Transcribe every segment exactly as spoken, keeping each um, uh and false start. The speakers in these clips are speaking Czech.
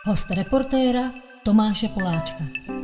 Host reportéra Tomáše Poláčka.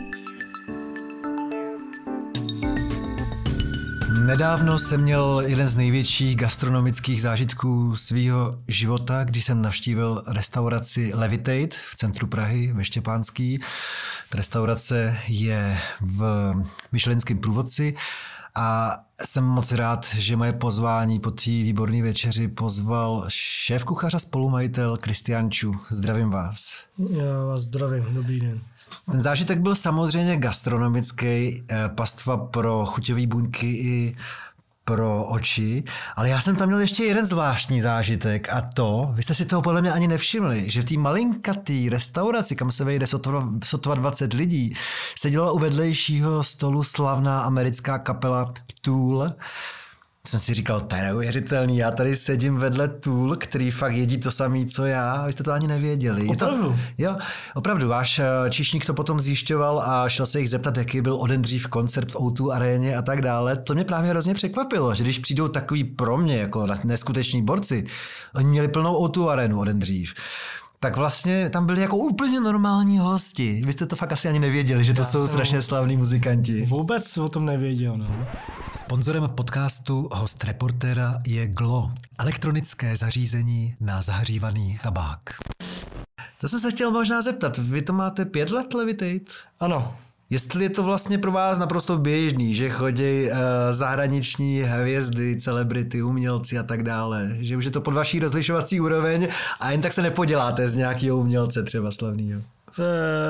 Nedávno jsem měl jeden z největších gastronomických zážitků svého života, když jsem navštívil restauraci Levitate v centru Prahy ve Štěpánský. Ta restaurace je v michelinském průvodci a jsem moc rád, že moje pozvání po té výborné večeři pozval šéf kuchař a spolumajitel Kristián Ču. Zdravím vás. Já vás zdravím, dobrý den. Ten zážitek byl samozřejmě gastronomický, pastva pro chuťové buňky i pro oči, ale já jsem tam měl ještě jeden zvláštní zážitek a to, vy jste si toho podle mě ani nevšimli, že v té malinkatý restauraci, kam se vejde sotva, sotva dvacet lidí, seděla u vedlejšího stolu slavná americká kapela Tool. Jsem si říkal, to je neuvěřitelný, já tady sedím vedle Tool, který fakt jedí to samý, co já, vy jste to ani nevěděli. Opravdu? Je to, jo, opravdu, váš číšník to potom zjišťoval a šel se jich zeptat, jaký byl o den dřív koncert v ó dva aréně a tak dále. To mě právě hrozně překvapilo, že když přijdou takový pro mě jako neskuteční borci, oni měli plnou ó dva arénu o den dřív. Tak vlastně tam byli jako úplně normální hosti. Vy jste to fakt asi ani nevěděli, že to Já jsou strašně slavní muzikanti. Vůbec o tom nevěděl, no. Sponzorem podcastu Host reportéra je Glo, elektronické zařízení na zahřívaný tabák. To jsem se chtěl možná zeptat, vy to máte pět let Levitate? Ano. Jestli je to vlastně pro vás naprosto běžný, že chodí uh, zahraniční hvězdy, celebrity, umělci a tak dále, že už je to pod vaší rozlišovací úroveň a jen tak se nepoděláte z nějakého umělce třeba slavného. E,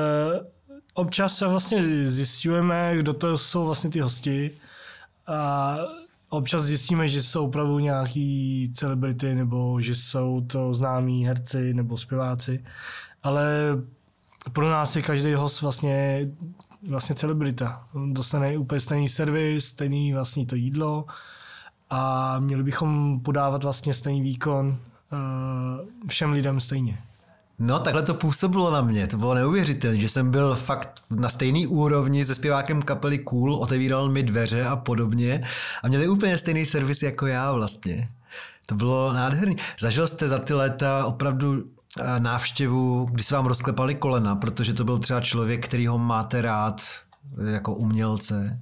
občas se vlastně zjistíme, kdo to jsou vlastně ty hosti a občas zjistíme, že jsou opravdu nějaký celebrity nebo že jsou to známí herci nebo zpěváci, ale pro nás je každý host vlastně vlastně celebrita. Dostane úplně stejný servis, stejný vlastně to jídlo a měli bychom podávat vlastně stejný výkon všem lidem stejně. No, takhle to působilo na mě, to bylo neuvěřitelné, že jsem byl fakt na stejný úrovni se zpěvákem kapely Cool, otevíral mi dveře a podobně a měli úplně stejný servis jako já vlastně. To bylo nádherný. Zažil jste za ty léta opravdu návštěvu, kdy se vám rozklepali kolena, protože to byl třeba člověk, který ho máte rád jako umělce?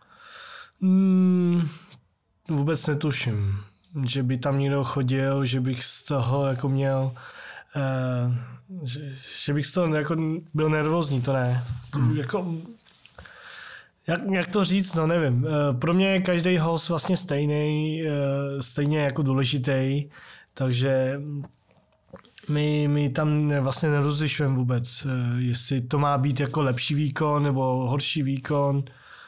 Hmm, vůbec netuším, že by tam někdo chodil, že bych z toho jako měl, uh, že, že bych z toho jako byl nervózní, to ne. Hmm. Jako, jak, jak to říct, no nevím. Uh, pro mě je každý host vlastně stejný, uh, stejně jako důležitý, takže My, my tam vlastně nerozlišujeme vůbec, jestli to má být jako lepší výkon nebo horší výkon.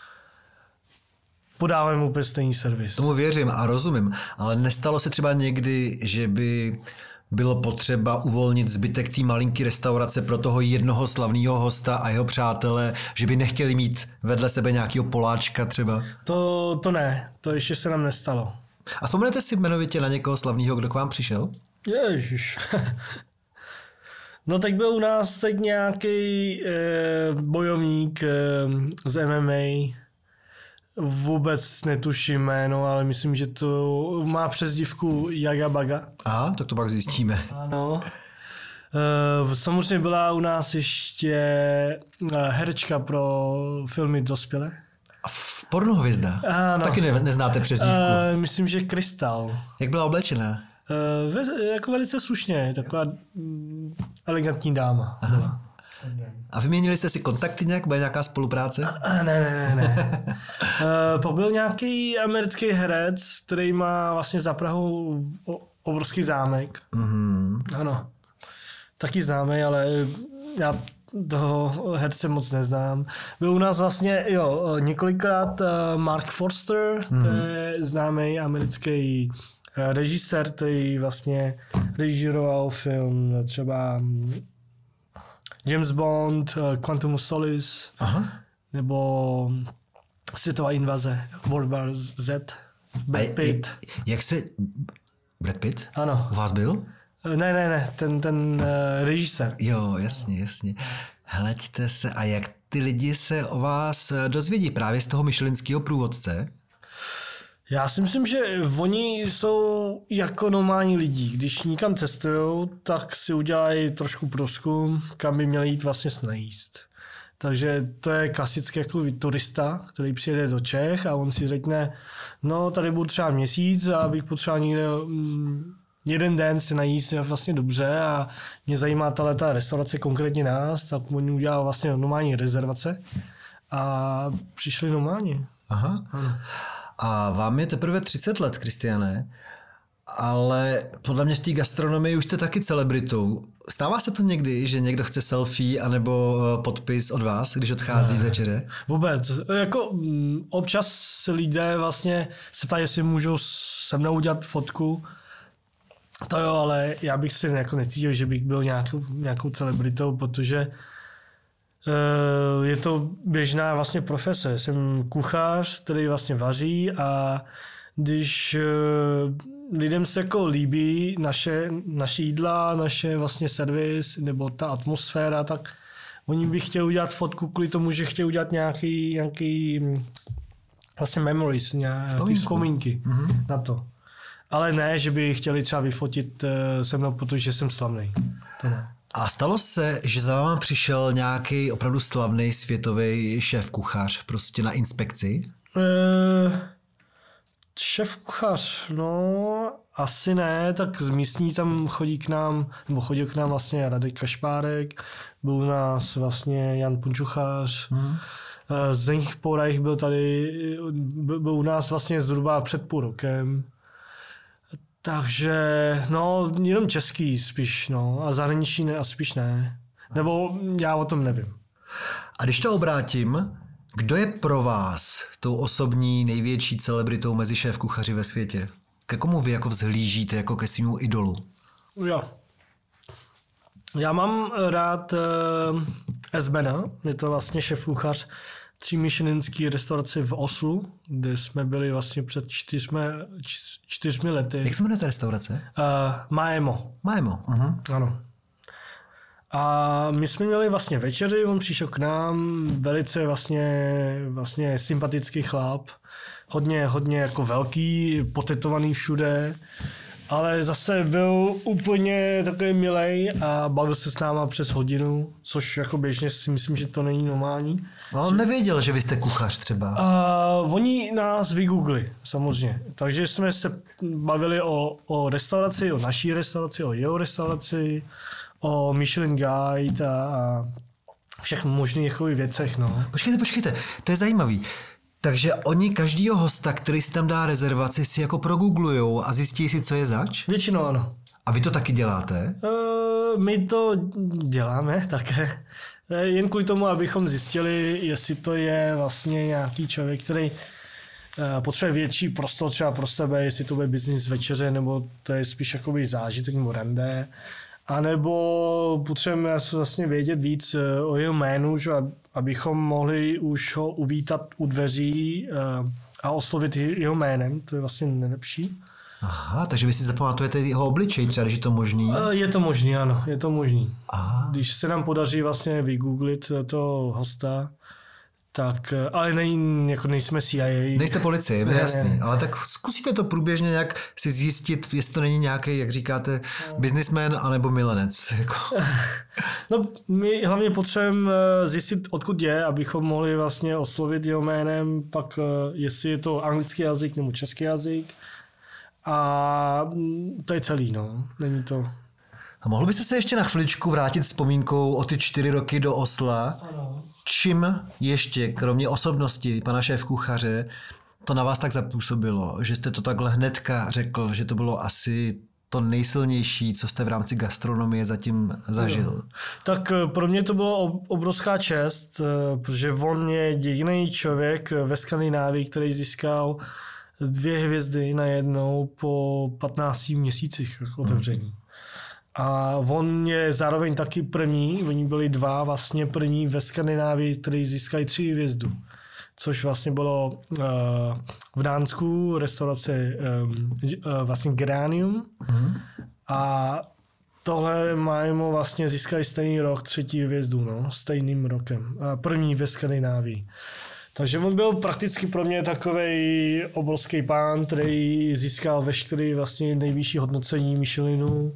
Podáváme úplně stejný servis. Tomu věřím a rozumím, ale nestalo se třeba někdy, že by bylo potřeba uvolnit zbytek té malinké restaurace pro toho jednoho slavného hosta a jeho přátele, že by nechtěli mít vedle sebe nějakého Poláčka třeba? To, to ne, to ještě se nám nestalo. A vzpomenete si jmenovitě na někoho slavného, kdo k vám přišel? Ježiš. No tak byl u nás teď nějaký e, bojovník e, z M M A. Vůbec netuším jméno, ale myslím, že to má přezdívku Jaga Baga. Aha, tak to pak zjistíme. Ano. E, samozřejmě byla u nás ještě herečka pro filmy dospělé. A pornohvězda? Ano. Taky ne, neznáte přezdívku? E, myslím, že Krystal. Jak byla oblečená? Uh, jako velice slušně, taková mm, elegantní dáma. Aha. A vyměnili jste si kontakty nějak? Bude nějaká spolupráce? Uh, ne, ne, ne. ne. uh, pak byl nějaký americký herec, který má vlastně za Prahou obrovský zámek. Mm-hmm. Ano. Taky známý, ale já toho herce moc neznám. Byl u nás vlastně, jo, několikrát uh, Mark Forster, mm-hmm. to je známý americký režisér, který vlastně režíroval film třeba James Bond, Quantum of Solace, Aha. nebo Světová invaze, World War Z, Brad Pitt. Jak se... Brad Pitt? Ano. U vás byl? Ne, ne, ne, ten, ten uh, režisér. Jo, jasně, jasně. Hleďte se, a jak ty lidi se o vás dozvědí právě z toho michelinského průvodce? Já si myslím, že oni jsou jako normální lidi. Když nikam cestují, tak si udělají trošku průzkum, kam by měli jít vlastně snajíst. Takže to je klasický jako turista, který přijede do Čech a on si řekne, no tady budu třeba měsíc a abych potřeboval někde mm, jeden den si najíst vlastně dobře a mě zajímá ta restaurace konkrétně nás, tak oni udělali vlastně normální rezervace a přišli normálně. Aha. Ano. A vám je teprve třicet let, Kristiane, ale podle mě v té gastronomii už jste taky celebritou. Stává se to někdy, že někdo chce selfie anebo podpis od vás, když odchází ne, z večeře? Vůbec. Jako m, občas lidé vlastně se ptají, jestli můžou se mnou udělat fotku. To jo, ale já bych si jako necítil, že bych byl nějakou, nějakou celebritou, protože uh, je to běžná vlastně profese. Jsem kuchař, který vlastně vaří a když uh, lidem se jako líbí naše, naše jídla, naše vlastně servis nebo ta atmosféra, tak oni by chtěli udělat fotku kvůli tomu, že chtějí udělat nějaký, nějaký vlastně memories, nějaké vzpomínky mm-hmm. na to. Ale ne, že by chtěli třeba vyfotit se mnou, protože jsem slavný. To ne. A stalo se, že za váma přišel nějaký opravdu slavný světový šéf kuchař prostě na inspekci? E, šéf kuchař, no asi ne, tak z místní tam chodí k nám, nebo chodil k nám vlastně Radek Kašpárek, byl u nás vlastně Jan Punčuchař, hmm. Zdeněk Pourajch byl tady, byl u nás vlastně zhruba před půl rokem. Takže, no, jenom český spíš, no, a zahraničí ne, a spíš ne. Nebo já o tom nevím. A když to obrátím, kdo je pro vás tou osobní největší celebritou mezi šéf kuchaři ve světě? Ke komu vy jako vzhlížíte jako ke svému idolu? Jo. Já mám rád uh, Esbena, je to vlastně šéf kuchař tří michelinský restauraci v Oslu, kde jsme byli vlastně před čtyřmi, čtyřmi lety. Jak se jmenuje ta restaurace? Uh, Maemo. Maemo, uh-huh. Ano. A my jsme měli vlastně večeři, on přišel k nám, velice vlastně, vlastně sympatický chlap, hodně, hodně jako velký, potetovaný všude, ale zase byl úplně takový milej a bavil se s náma přes hodinu, což jako běžně si myslím, že to není normální. A on nevěděl, že vy jste kuchař třeba. A oni nás vygoogli, samozřejmě. Takže jsme se bavili o, o restauraci, o naší restauraci, o jeho restauraci, o Michelin Guide a, a všech možných jako věcech. No. Počkejte, počkejte, to je zajímavý. Takže oni každýho hosta, který si tam dá rezervaci, si jako progooglujou a zjistí si, co je zač? Většinou ano. A vy to taky děláte? Uh, my to děláme také. Jen kvůli tomu, abychom zjistili, jestli to je vlastně nějaký člověk, který uh, potřebuje větší prostor třeba pro sebe, jestli to bude business večeře, nebo to je spíš jakoby zážitek nebo rande. A nebo potřebujeme vlastně vědět víc o jeho jménu, že abychom mohli už ho uvítat u dveří a oslovit jeho jménem. To je vlastně nejlepší. Aha, takže vy si zapamatujete jeho obličej, třeba, když je to možný? Je to možný, ano, je to možný. Aha. Když se nám podaří vlastně vygooglit toho hosta, tak, ale nej, jako nejsme C I A. Nejste policie, ne, jasný, ne. Ale tak zkusíte to průběžně nějak si zjistit, jestli to není nějaký, jak říkáte, businessman anebo milenec. Jako. No, my hlavně potřebujeme zjistit, odkud je, abychom mohli vlastně oslovit jeho jménem, pak jestli je to anglický jazyk nebo český jazyk. A to je celý, no. Není to... A mohl byste se ještě na chviličku vrátit s vzpomínkou o ty čtyři roky do Osla? Ano. Čím ještě, kromě osobnosti pana šéf kuchaře, to na vás tak zapůsobilo, že jste to takhle hnedka řekl, že to bylo asi to nejsilnější, co jste v rámci gastronomie zatím zažil? Jo. Tak pro mě to bylo obrovská čest, protože on je jediný člověk ve Skandinávii, který získal dvě hvězdy najednou po patnácti měsících otevření. Hmm. A on je zároveň taky první, oni byli dva vlastně první ve Skandinávii, kteří získali tři hvězdu. Což vlastně bylo uh, v Dánsku restaurace um, uh, vlastně Geranium. Mm. A tohle Maemo vlastně získali stejný rok třetí hvězdu, no, stejným rokem. A první ve Skandinávii. Takže on byl prakticky pro mě takovej obrovský pán, který získal veškerý vlastně nejvyšší hodnocení Michelinu.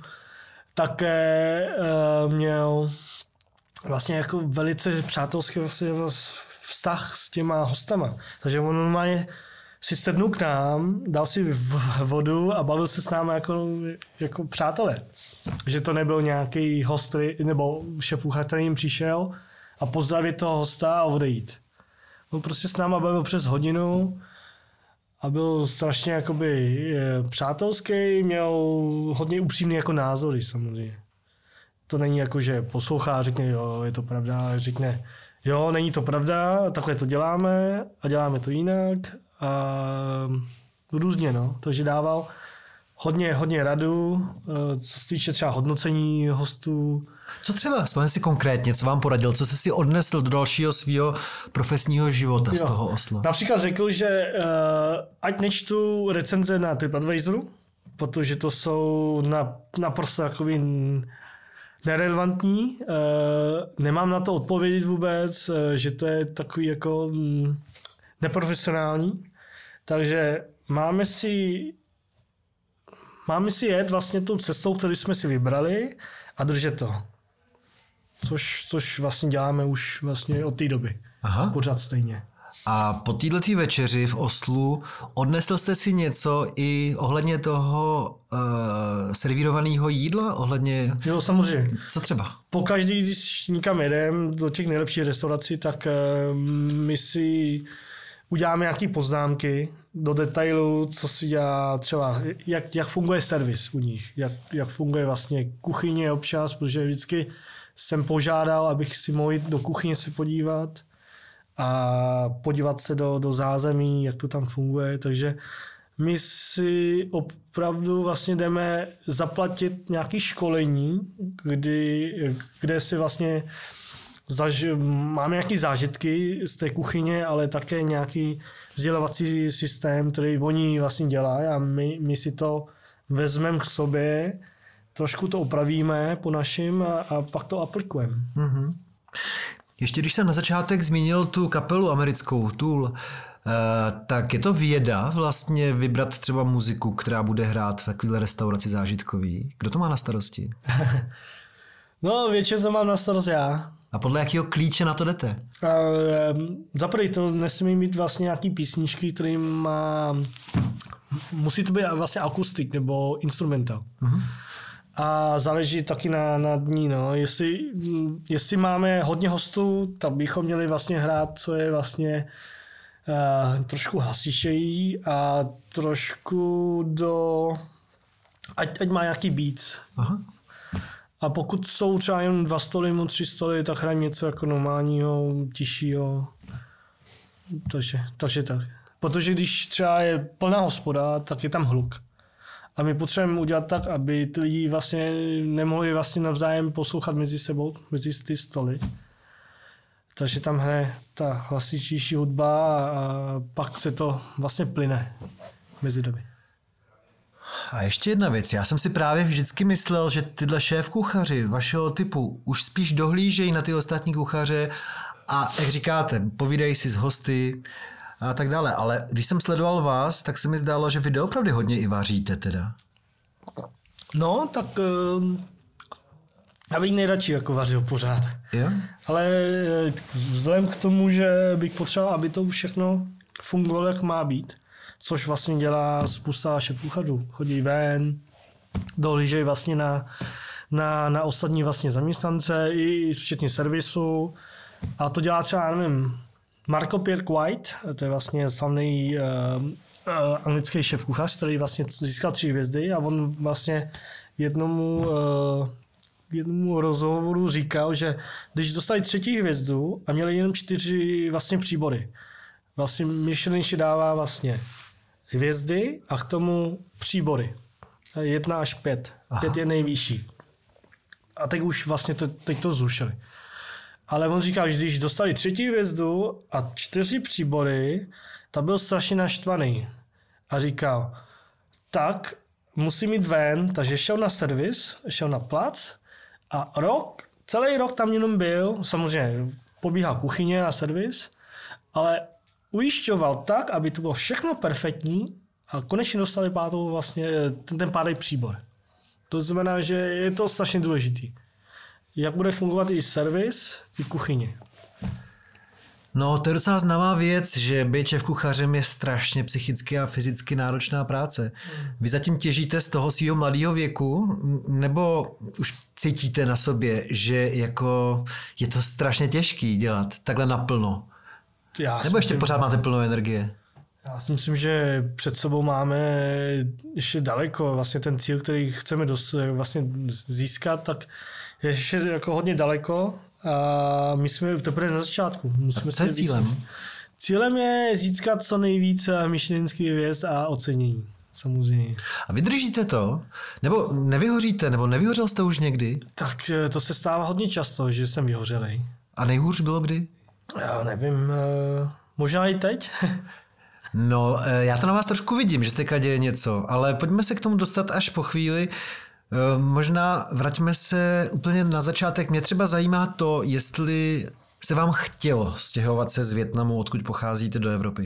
Také uh, měl vlastně jako velice přátelský vlastně vztah s těma hostama. Takže on normálně si sednul k nám, dal si vodu a bavil se s námi jako, jako přátelé. Že to nebyl nějaký host, nebo šéfkuchař, který jim přišel a pozdravit toho hosta a odejít. On prostě s náma bavil přes hodinu a byl strašně jakoby přátelský, měl hodně upřímný jako názory samozřejmě. To není jako, že poslouchá a řekne, jo, je to pravda, řekne, jo, není to pravda, takhle to děláme a děláme to jinak a různě, no. Takže dával hodně, hodně radu, co se týče třeba hodnocení hostů. Co třeba? Vzpomněte si konkrétně, co vám poradil, co jste si odnesl do dalšího svého profesního života jo. z toho Osla? Například řekl, že uh, ať nečtu recenze na TripAdvisoru, protože to jsou na, naprosto jakoby nerelevantní, uh, nemám na to odpovědět vůbec, uh, že to je takový jako um, neprofesionální, takže máme si máme si jet vlastně tou cestou, kterou jsme si vybrali a držet to. Což, což vlastně děláme už vlastně od té doby. Aha. Pořád stejně. A po této večeři v Oslu odnesl jste si něco i ohledně toho uh, servírovaného jídla? Ohledně... Jo, samozřejmě. Co třeba? Po každý, když nikam jedem do těch nejlepších restaurací, tak uh, my si uděláme nějaké poznámky do detailu, co si dělá třeba, jak, jak funguje servis u nich, jak, jak funguje vlastně kuchyně občas, protože vždycky jsem požádal, abych si mohl jít do kuchyně se podívat a podívat se do, do zázemí, jak to tam funguje, takže my si opravdu vlastně jdeme zaplatit nějaké školení, kdy, kde si vlastně zaž, máme nějaké zážitky z té kuchyně, ale také nějaký vzdělávací systém, který oni vlastně dělají a my, my si to vezmeme k sobě, trošku to opravíme po našim a, a pak to aplikujeme. Mm-hmm. Ještě když jsem na začátek zmínil tu kapelu americkou Tool, uh, tak je to věda vlastně vybrat třeba muziku, která bude hrát v takovéhle restauraci zážitkový. Kdo to má na starosti? No, většinou to mám na starost já. A podle jakého klíče na to jdete? Za první to nesmí mít vlastně nějaký písničky, který má... Musí to být vlastně akustik nebo instrumental. Uh-huh. A záleží taky na, na dní. No. Jestli, jestli máme hodně hostů, tak bychom měli vlastně hrát, co je vlastně uh, trošku hasičejí a trošku do... Ať, ať má nějaký beats. Aha. A pokud jsou třeba jen dva stoly, mu tři stoly, tak hrajem něco jako normálního, tišího. Takže, takže tak. Protože když třeba je plná hospoda, tak je tam hluk. A my potřebujeme udělat tak, aby ty lidi vlastně nemohli vlastně navzájem poslouchat mezi sebou, mezi ty stoly. Takže tam hraje ta hlasitější hudba a pak se to vlastně plyne mezi doby. A ještě jedna věc. Já jsem si právě vždycky myslel, že tyhle šéfkuchaři vašeho typu už spíš dohlížejí na ty ostatní kuchaře a jak říkáte, povídají si s hosty a tak dále. Ale když jsem sledoval vás, tak se mi zdálo, že vy doopravdy hodně i vaříte teda. No, tak já bych nejradši jako vařil pořád. Jo? Ale vzhledem k tomu, že bych potřeboval, aby to všechno fungovalo, jak má být, což vlastně dělá spousta šéfkuchařů. Chodí ven, dohlížejí vlastně na, na, na ostatní vlastně zaměstnance, i včetně servisu. A to dělá třeba, nevím, Marco Pierre White, to je vlastně slavný uh, uh, anglický šéfkuchař, který vlastně získal tři hvězdy a on vlastně jednomu, uh, jednomu rozhovoru říkal, že když dostali třetí hvězdu a měli jenom čtyři vlastně příbory, vlastně Michelin si dává vlastně hvězdy a k tomu příbory. Jedna až pět. Aha. Pět je nejvyšší. A teď už vlastně to, teď to zrušili. Ale on říkal, že když dostali třetí hvězdu a čtyři příbory, tak byl strašně naštvaný. A říkal, tak musím jít ven, takže šel na servis, šel na plac a rok, celý rok tam jenom byl, samozřejmě pobíhal kuchyně a servis, ale ujišťoval tak, aby to bylo všechno perfektní a konečně dostali pátou vlastně ten, ten pátý příbor. To znamená, že je to strašně důležitý. Jak bude fungovat i servis, i kuchyně. No, to je docela známá věc, že být šéf kuchařem je strašně psychicky a fyzicky náročná práce. Vy zatím těžíte z toho svého mladého věku, nebo už cítíte na sobě, že jako je to strašně těžký dělat takhle naplno? Já nebo ještě myslím, pořád máte plnou energie? Já si myslím, že před sebou máme ještě daleko. Vlastně ten cíl, který chceme dos, vlastně získat, tak je ještě jako hodně daleko. A my jsme teprve na začátku. Musíme co je cílem? Víc. Cílem je získat co nejvíce michelinských hvězd a ocenění. Samozřejmě. A vydržíte to? Nebo nevyhoříte? Nebo nevyhořel jste už někdy? Tak to se stává hodně často, že jsem vyhořelej. A nejhůř bylo kdy? Já nevím, možná i teď. No, já to na vás trošku vidím, že se teďka děje něco, ale pojďme se k tomu dostat až po chvíli. Možná vraťme se úplně na začátek. Mě třeba zajímá to, jestli se vám chtělo stěhovat se z Vietnamu, odkud pocházíte, do Evropy.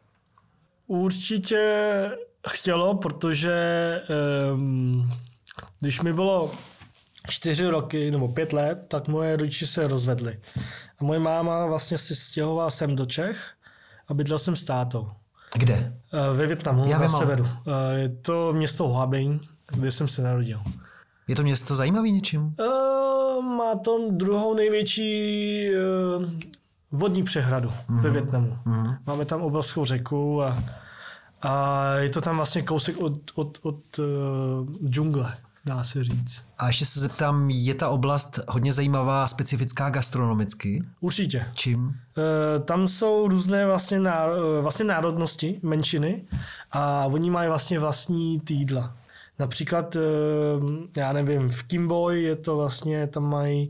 Určitě chtělo, protože um, když mi bylo čtyři roky nebo pět let, tak moje rodiče se rozvedli. A moje máma vlastně se stěhovala sem do Čech a bydlel jsem s tátou. Kde? Ve Vietnamu, Já na vím, severu. Je to město Hoa Binh, kde jsem se narodil. Je to město zajímavé něčím? Uh, má to druhou největší uh, vodní přehradu mm-hmm. ve Vietnamu. Mm-hmm. Máme tam obrovskou řeku a, a je to tam vlastně kousek od, od, od uh, džungle, dá se říct. A ještě se zeptám, je ta oblast hodně zajímavá, specifická gastronomicky? Určitě. Čím? Uh, tam jsou různé vlastně, náro, vlastně národnosti, menšiny a oni mají vlastně vlastní jídla. Například, já nevím, v Kimboy je to vlastně, tam mají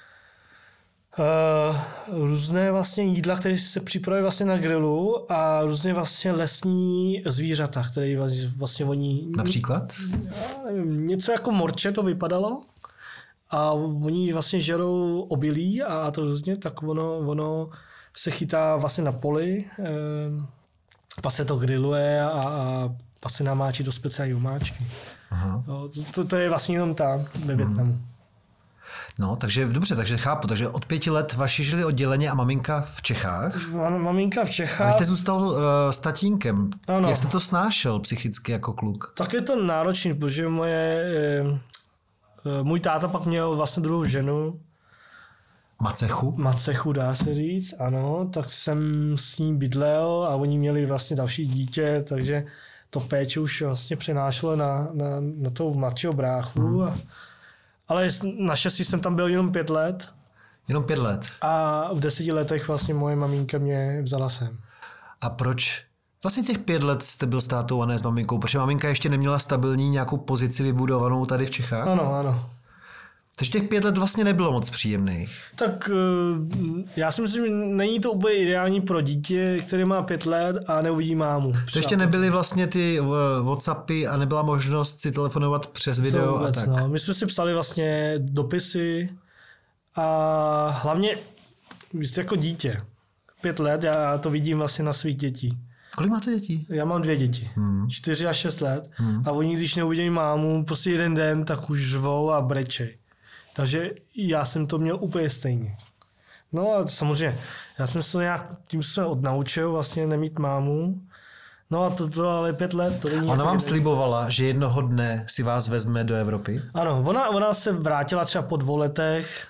uh, různé vlastně jídla, které se připravují vlastně na grilu a různé vlastně lesní zvířata, které vlastně oni... Například? Já nevím, něco jako morče to vypadalo a oni vlastně žerou obilí a to různě, tak ono, ono se chytá vlastně na poli, eh, pak se to grilluje a, a pak se namáčí do speciální omáčky. Aha. To, to, to je vlastně jenom tam ve Vietnamu. Hmm. No, takže dobře, takže chápu. Takže od pěti let vaši žili odděleně a maminka v Čechách? Maminka v Čechách. A vy jste zůstal uh, s tatínkem. Ano. Jak jste to snášel psychicky jako kluk? Tak je to náročný, protože moje, eh, můj táta pak měl vlastně druhou ženu. Macechu? Macechu, dá se říct, ano. Tak jsem s ní bydlel a oni měli vlastně další dítě, takže to péče už vlastně přenášelo na, na, na toho mladšího bráchu. Hmm. A, ale naštěstí jsem tam byl jenom pět let. Jenom pět let? A v deseti letech vlastně moje maminka mě vzala sem. A proč vlastně těch pět let jste byl s tátou a ne s maminkou? Protože maminka ještě neměla stabilní nějakou pozici vybudovanou tady v Čechách? Ano, ano. Takže těch pět let vlastně nebylo moc příjemných. Tak já si myslím, že není to úplně ideální pro dítě, které má pět let a neuvidí mámu. To ještě nebyly vlastně ty WhatsAppy a nebyla možnost si telefonovat přes video vůbec, a tak. No. My jsme si psali vlastně dopisy a hlavně vy jste jako dítě. Pět let, já to vidím vlastně na svých dětí. Kolik máte dětí? Já mám dvě děti. Hmm. Čtyři a šest let. Hmm. A oni, když neuvidějí mámu, prostě jeden den, tak už řvou a brečej. Takže já jsem to měl úplně stejně. No a samozřejmě, já jsem se nějak tím se odnaučil vlastně nemít mámu. No a to, to ale pět let. To ona vám jeden... slibovala, že jednoho dne si vás vezme do Evropy? Ano, ona, ona se vrátila třeba po dvou letech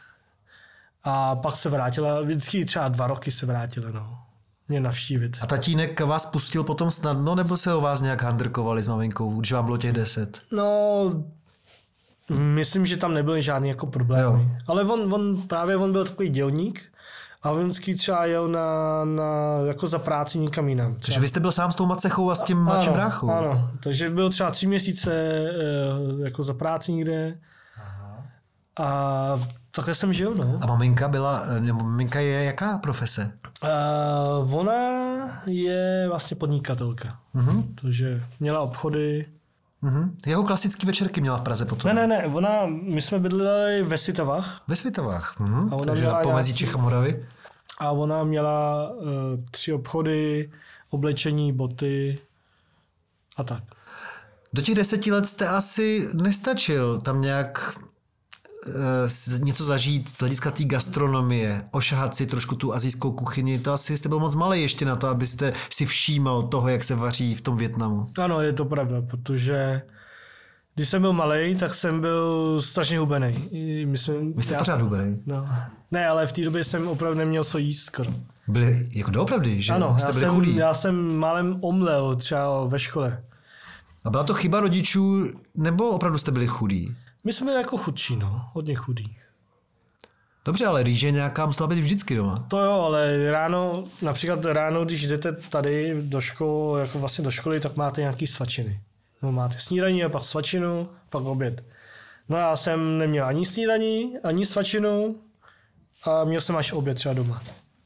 a pak se vrátila, vždycky třeba dva roky se vrátila, no. Mě navštívit. A tatínek vás pustil potom snadno, nebo se o vás nějak handrkovali s maminkou, když vám bylo těch deset? No... Myslím, že tam nebyly žádný jako problémy. Jo. Ale on, on, právě on byl takový dělník a on vždycky třeba jel na, na, jako za práci někam jinam. Třeba. Takže vy jste byl sám s tou macechou a s tím mladším bráchou? Ano, takže byl třeba tři měsíce jako za práci někde. Aha. A takhle jsem žil, no. A maminka byla, nebo maminka je jaká profese? Uh, ona je vlastně podnikatelka. Uh-huh. Takže měla obchody. Mm-hmm. Jako klasický večerky měla v Praze potom? Ne, ne, ne. Ona, my jsme bydleli ve Svitavách. Ve Svitavách. Mm-hmm. A ona takže na pomezí Čech a Moravy? a ona měla uh, tři obchody, oblečení, boty a tak. Do těch deseti let jste asi nestačil tam nějak uh, něco zažít z hlediska té gastronomie, ošahat si trošku tu asijskou kuchyni, to asi jste byl moc malý ještě na to, abyste si všímal toho, jak se vaří v tom Vietnamu. Ano, je to pravda, protože když jsem byl malej, tak jsem byl strašně hubený. Myslím, Vy jste já pořád jsem, hubený? No. Ne, ale v té době jsem opravdu neměl co jíst skoro. Byli jako doopravdy, že? Ano, jste já byli jsem, chudý. já jsem málem omlel třeba ve škole. A byla to chyba rodičů, nebo opravdu jste byli chudí? My jsme byli jako chudší, no, hodně chudí. Dobře, ale rýže nějaká musela být vždycky doma. To jo, ale ráno, například ráno, když jdete tady do školy, jako vlastně do školy, tak máte nějaký svačiny. No, máte snídaní a pak svačinu, pak oběd. No já jsem neměl ani snídaní, ani svačinu a měl jsem až oběd třeba doma.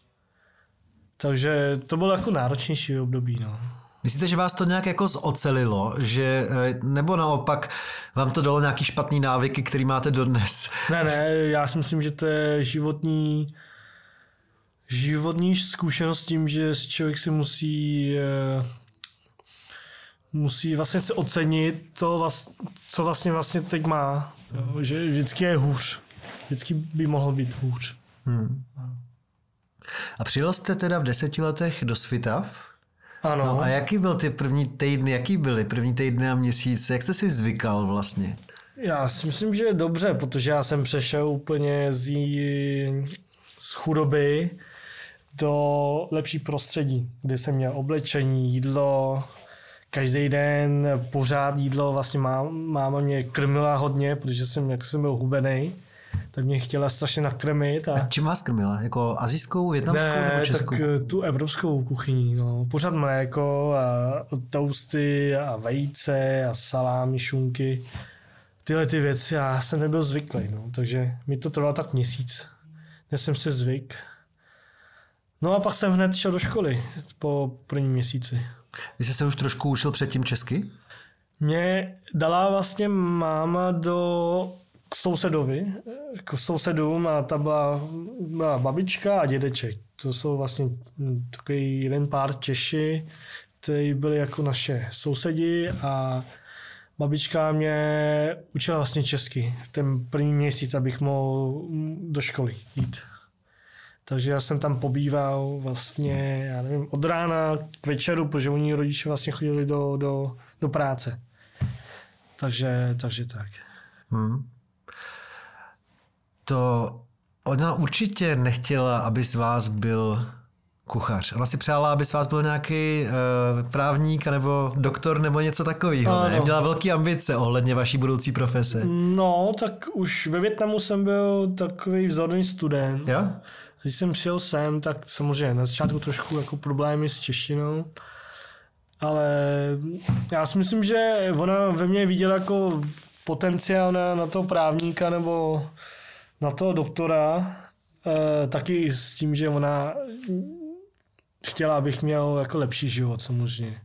Takže to bylo jako náročnější období, no. Myslíte, že vás to nějak jako zocelilo, že, nebo naopak vám to dalo nějaký špatný návyky, který máte dodnes? Ne, ne, já si myslím, že to je životní, životní zkušenost tím, že člověk si musí, musí vlastně se ocenit to, co vlastně, vlastně teď má. Jo, že vždycky je hůř. Vždycky by mohlo být hůř. Hmm. A přijel jste teda v deseti letech do Svitav? Ano. No a jaký byl ty první týdny, jaký byly první týdny a měsíce? Jak jste si zvykal vlastně? Já si myslím, že je dobře, protože já jsem přešel úplně z, z chudoby do lepší prostředí, kde jsem měl oblečení, jídlo, každý den pořád jídlo, vlastně máma, máma mě krmila hodně, protože jsem, jak jsem byl hubenej, tak mě chtěla strašně nakrmit. A, a čím vás krmila? Jako asijskou, vietnamskou ne, nebo českou? tak tu evropskou kuchyní. No. Pořád mléko a toasty a vejce a salámy, šunky. Tyhle ty věci, já jsem nebyl zvyklý, no. Takže mi to trvalo tak měsíc, než jsem si zvyk. No a pak jsem hned šel do školy po prvním měsíci. Vy jste se už trošku učil předtím česky? Mě dala vlastně máma do k sousedovi, k sousedům a ta byla, byla babička a dědeček. To jsou vlastně takový jeden pár Češi, kteří byli jako naše sousedi a babička mě učila vlastně česky ten první měsíc, abych mohl do školy jít. Takže já jsem tam pobýval vlastně, já nevím, od rána k večeru, protože oni rodiče vlastně chodili do, do, do práce. Takže, takže tak. Hmm. To ona určitě nechtěla, aby z vás byl kuchař. Ona si přála, aby z vás byl nějaký uh, právník nebo doktor nebo něco takového. Ne? Měla velké ambice ohledně vaší budoucí profese. No, tak už ve Vietnamu jsem byl takový vzorný student. Jo? Když jsem přijel sem, tak samozřejmě na začátku trošku jako problémy s češtinou. Ale já si myslím, že ona ve mně viděla jako potenciál na, na toho právníka nebo na toho doktora, e, taky s tím, že ona chtěla, abych měl jako lepší život samozřejmě.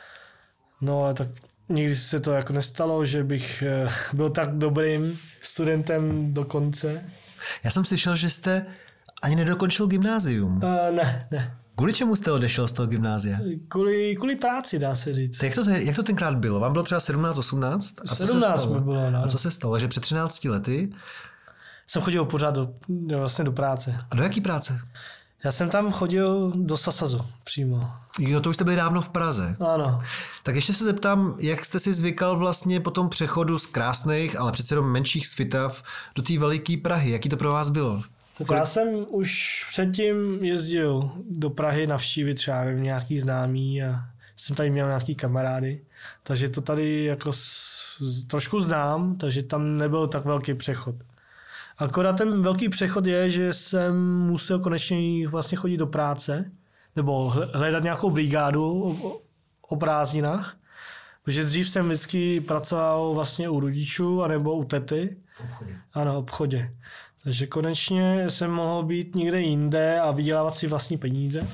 No ale tak nikdy se to jako nestalo, že bych byl tak dobrým studentem do konce. Já jsem slyšel, že jste ani nedokončil gymnázium. E, ne, ne. Kvůli čemu jste odešel z toho gymnázia? Kvůli, kvůli práci, dá se říct. Jak to, jak to tenkrát bylo? Vám bylo třeba sedmnáct, osmnáct? A sedmnáct mi bylo, no. A co se stalo? Že před třinácti lety jsem chodil pořád do, vlastně do práce. A do jaký práce? Já jsem tam chodil do Sasazu přímo. Jo, to už jste byli dávno v Praze. Ano. Tak ještě se zeptám, jak jste si zvykal vlastně po tom přechodu z krásných, ale přece jenom menších Svitav do té veliké Prahy. Jaký to pro vás bylo? Tak já jsem už předtím jezdil do Prahy navštívit třeba nějaký známý a jsem tady měl nějaký kamarády. Takže to tady jako s, trošku znám, takže tam nebyl tak velký přechod. Akorát ten velký přechod je, že jsem musel konečně vlastně chodit do práce nebo hledat nějakou brigádu o, o prázdninách. Protože dřív jsem vždycky pracoval vlastně u rodičů anebo u tety. Obchodě. Ano, obchodě. Takže konečně jsem mohl být někde jinde a vydělávat si vlastní peníze.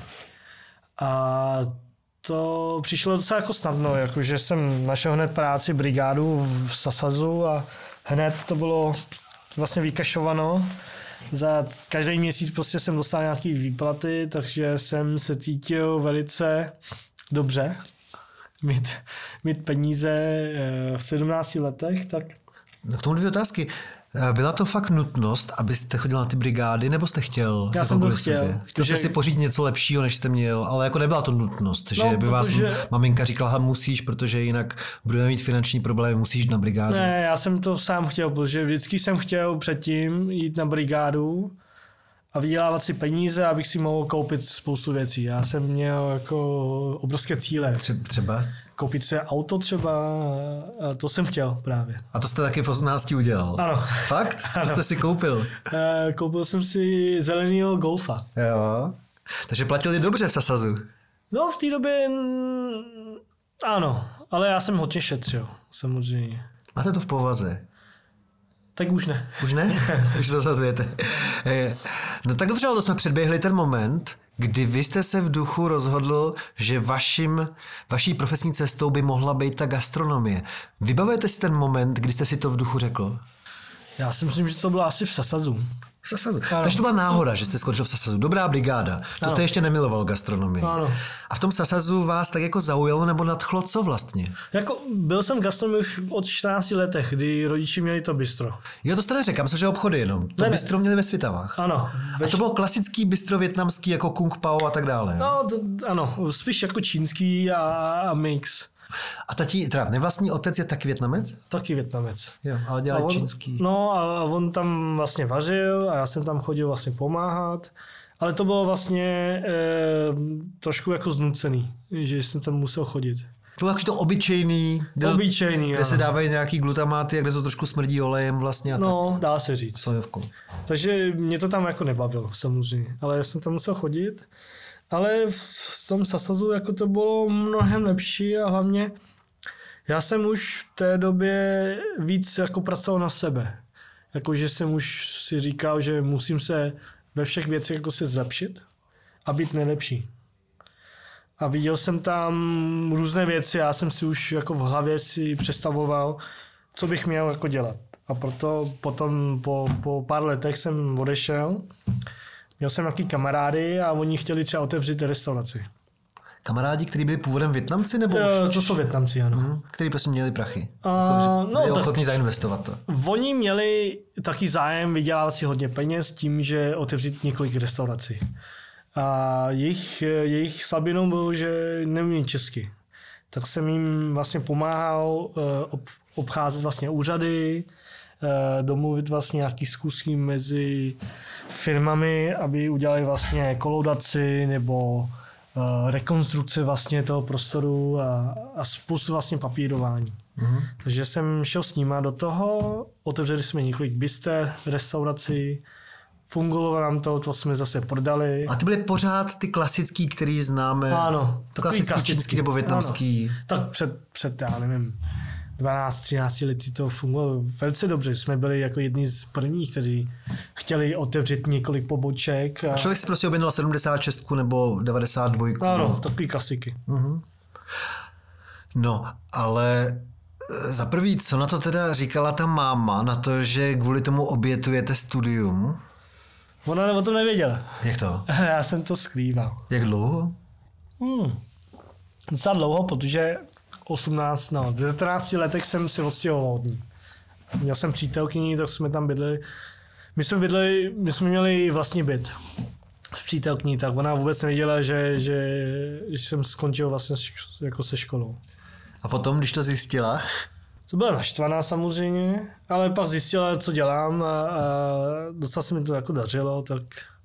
A to přišlo docela jako snadno, jakože jsem našel hned práci brigádu v Sasazu a hned to bylo vlastně vykašováno za každý měsíc prostě jsem dostal nějaký výplaty, takže jsem se cítil velice dobře. Mít, mít peníze v sedmnácti letech, tak... No k tomu dvě otázky. Byla to fakt nutnost, abyste chodil na ty brigády, nebo jste chtěl? Já jsem to chtěl. Sobě? Chtěl jste si pořídit něco lepšího, než jste měl, ale jako nebyla to nutnost, no, že by vás protože... maminka říkala, musíš, protože jinak budeme mít finanční problémy, musíš jít na brigádu. Ne, já jsem to sám chtěl, protože vždycky jsem chtěl předtím jít na brigádu a vydělávat si peníze, abych si mohl koupit spoustu věcí. Já jsem měl jako obrovské cíle. Třeba? Koupit si auto třeba, a to jsem chtěl právě. A to jste taky v osmnácti udělal? Ano. Fakt? Co jste si koupil? Koupil jsem si zelenýho Golfa. Jo. Takže platili dobře v Sasazu? No v té době ano, ale já jsem hodně šetřil, samozřejmě. Máte to v povaze? Tak už ne. Už ne? Už rozhazujete. No tak dobře, ale jsme předběhli ten moment, kdy vy jste se v duchu rozhodl, že vaším, vaší profesní cestou by mohla být ta gastronomie. Vybavujete si ten moment, kdy jste si to v duchu řekl? Já si myslím, že to bylo asi v Sasazu. V Sasazu. Takže to byla náhoda, že jste skončil v Sasazu. Dobrá brigáda. To ano. Jste ještě nemiloval gastronomii. Ano. A v tom Sasazu vás tak jako zaujalo nebo nadchlo co vlastně? Jako byl jsem gastronomii od čtrnácti letech, kdy rodiči měli to bistro. Jo, to jste neřekl, myslím, že obchody jenom. To ne, bistro měli ve Svitavách. Ano. A to bylo klasický bistro větnamský jako Kung Pao a tak dále. No, to, ano, spíš jako čínský a, a mix. A tatí, teda nevlastní otec je taky Vietnamec? Taky Vietnamec. Jo, ale dělá čínský. No a on tam vlastně vařil a já jsem tam chodil vlastně pomáhat. Ale to bylo vlastně e, trošku jako znucený, že jsem tam musel chodit. To bylo to obyčejný, kde, obyčejný, kde ano. se dávají nějaký glutamáty a kde to trošku smrdí olejem vlastně. A no, tak. dá se říct. Sojovkou. Takže mě to tam jako nebavilo, samozřejmě. Ale já jsem tam musel chodit. Ale v tom Sasazu jako to bylo mnohem lepší a hlavně já jsem už v té době víc jako pracoval na sebe. Jakože jsem už si říkal, že musím se ve všech věcech jako se zlepšit a být nejlepší. A viděl jsem tam různé věci, já jsem si už jako v hlavě si představoval, co bych měl jako dělat. A proto potom po, po pár letech jsem odešel. Měl jsem nějaký kamarády a oni chtěli třeba otevřít restauraci. Kamarádi, kteří byli původem Vietnamci? Nebo jo, to jsou Vietnamci, ano. Hmm, kteří prostě měli prachy. A, jako, no, byli tak, ochotní zainvestovat to. Oni měli taky zájem vydělávat si hodně peněz tím, že otevřít několik restaurací. A jejich, jejich slabinou bylo, že neumí česky. Tak jsem jim vlastně pomáhal ob, obcházet vlastně úřady, domluvit vlastně nějaký zkusky mezi firmami, aby udělali vlastně kolaudaci nebo rekonstrukce vlastně toho prostoru a, a spoustu vlastně papírování. Mm-hmm. Takže jsem šel s nima do toho, otevřeli jsme několik bister, restaurací, fungovalo nám to, to jsme zase prodali. A ty byly pořád ty klasický, který známe? Ano. Klasický, klasický čínský nebo vietnamský? Ano. Tak před, před, já nevím, dvanáct třináct lety to fungovalo velice dobře. Jsme byli jako jedni z prvních, kteří chtěli otevřít několik poboček. A, a člověk si prostě objednal sedmdesát šest nebo devadesát dva. Ano, takový klasiky. Uh-huh. No, ale za prvý, co na to teda říkala ta máma, na to, že kvůli tomu obětujete studium? Ona o tom nevěděla. Jak to? Já jsem to skrýval. Jak dlouho? Hmm. Docela dlouho, protože osmnáct, no, v devatenácti letech jsem si odstěhoval od ní. Měl jsem přítelkyni, tak jsme tam bydleli. My jsme bydleli, my jsme měli vlastní byt s přítelkyní, tak ona vůbec nevěděla, že, že, že jsem skončil vlastně jako se školou. A potom, když to zjistila? To byla naštvaná samozřejmě, ale pak zjistila, co dělám a, a docela se mi to jako dařilo, tak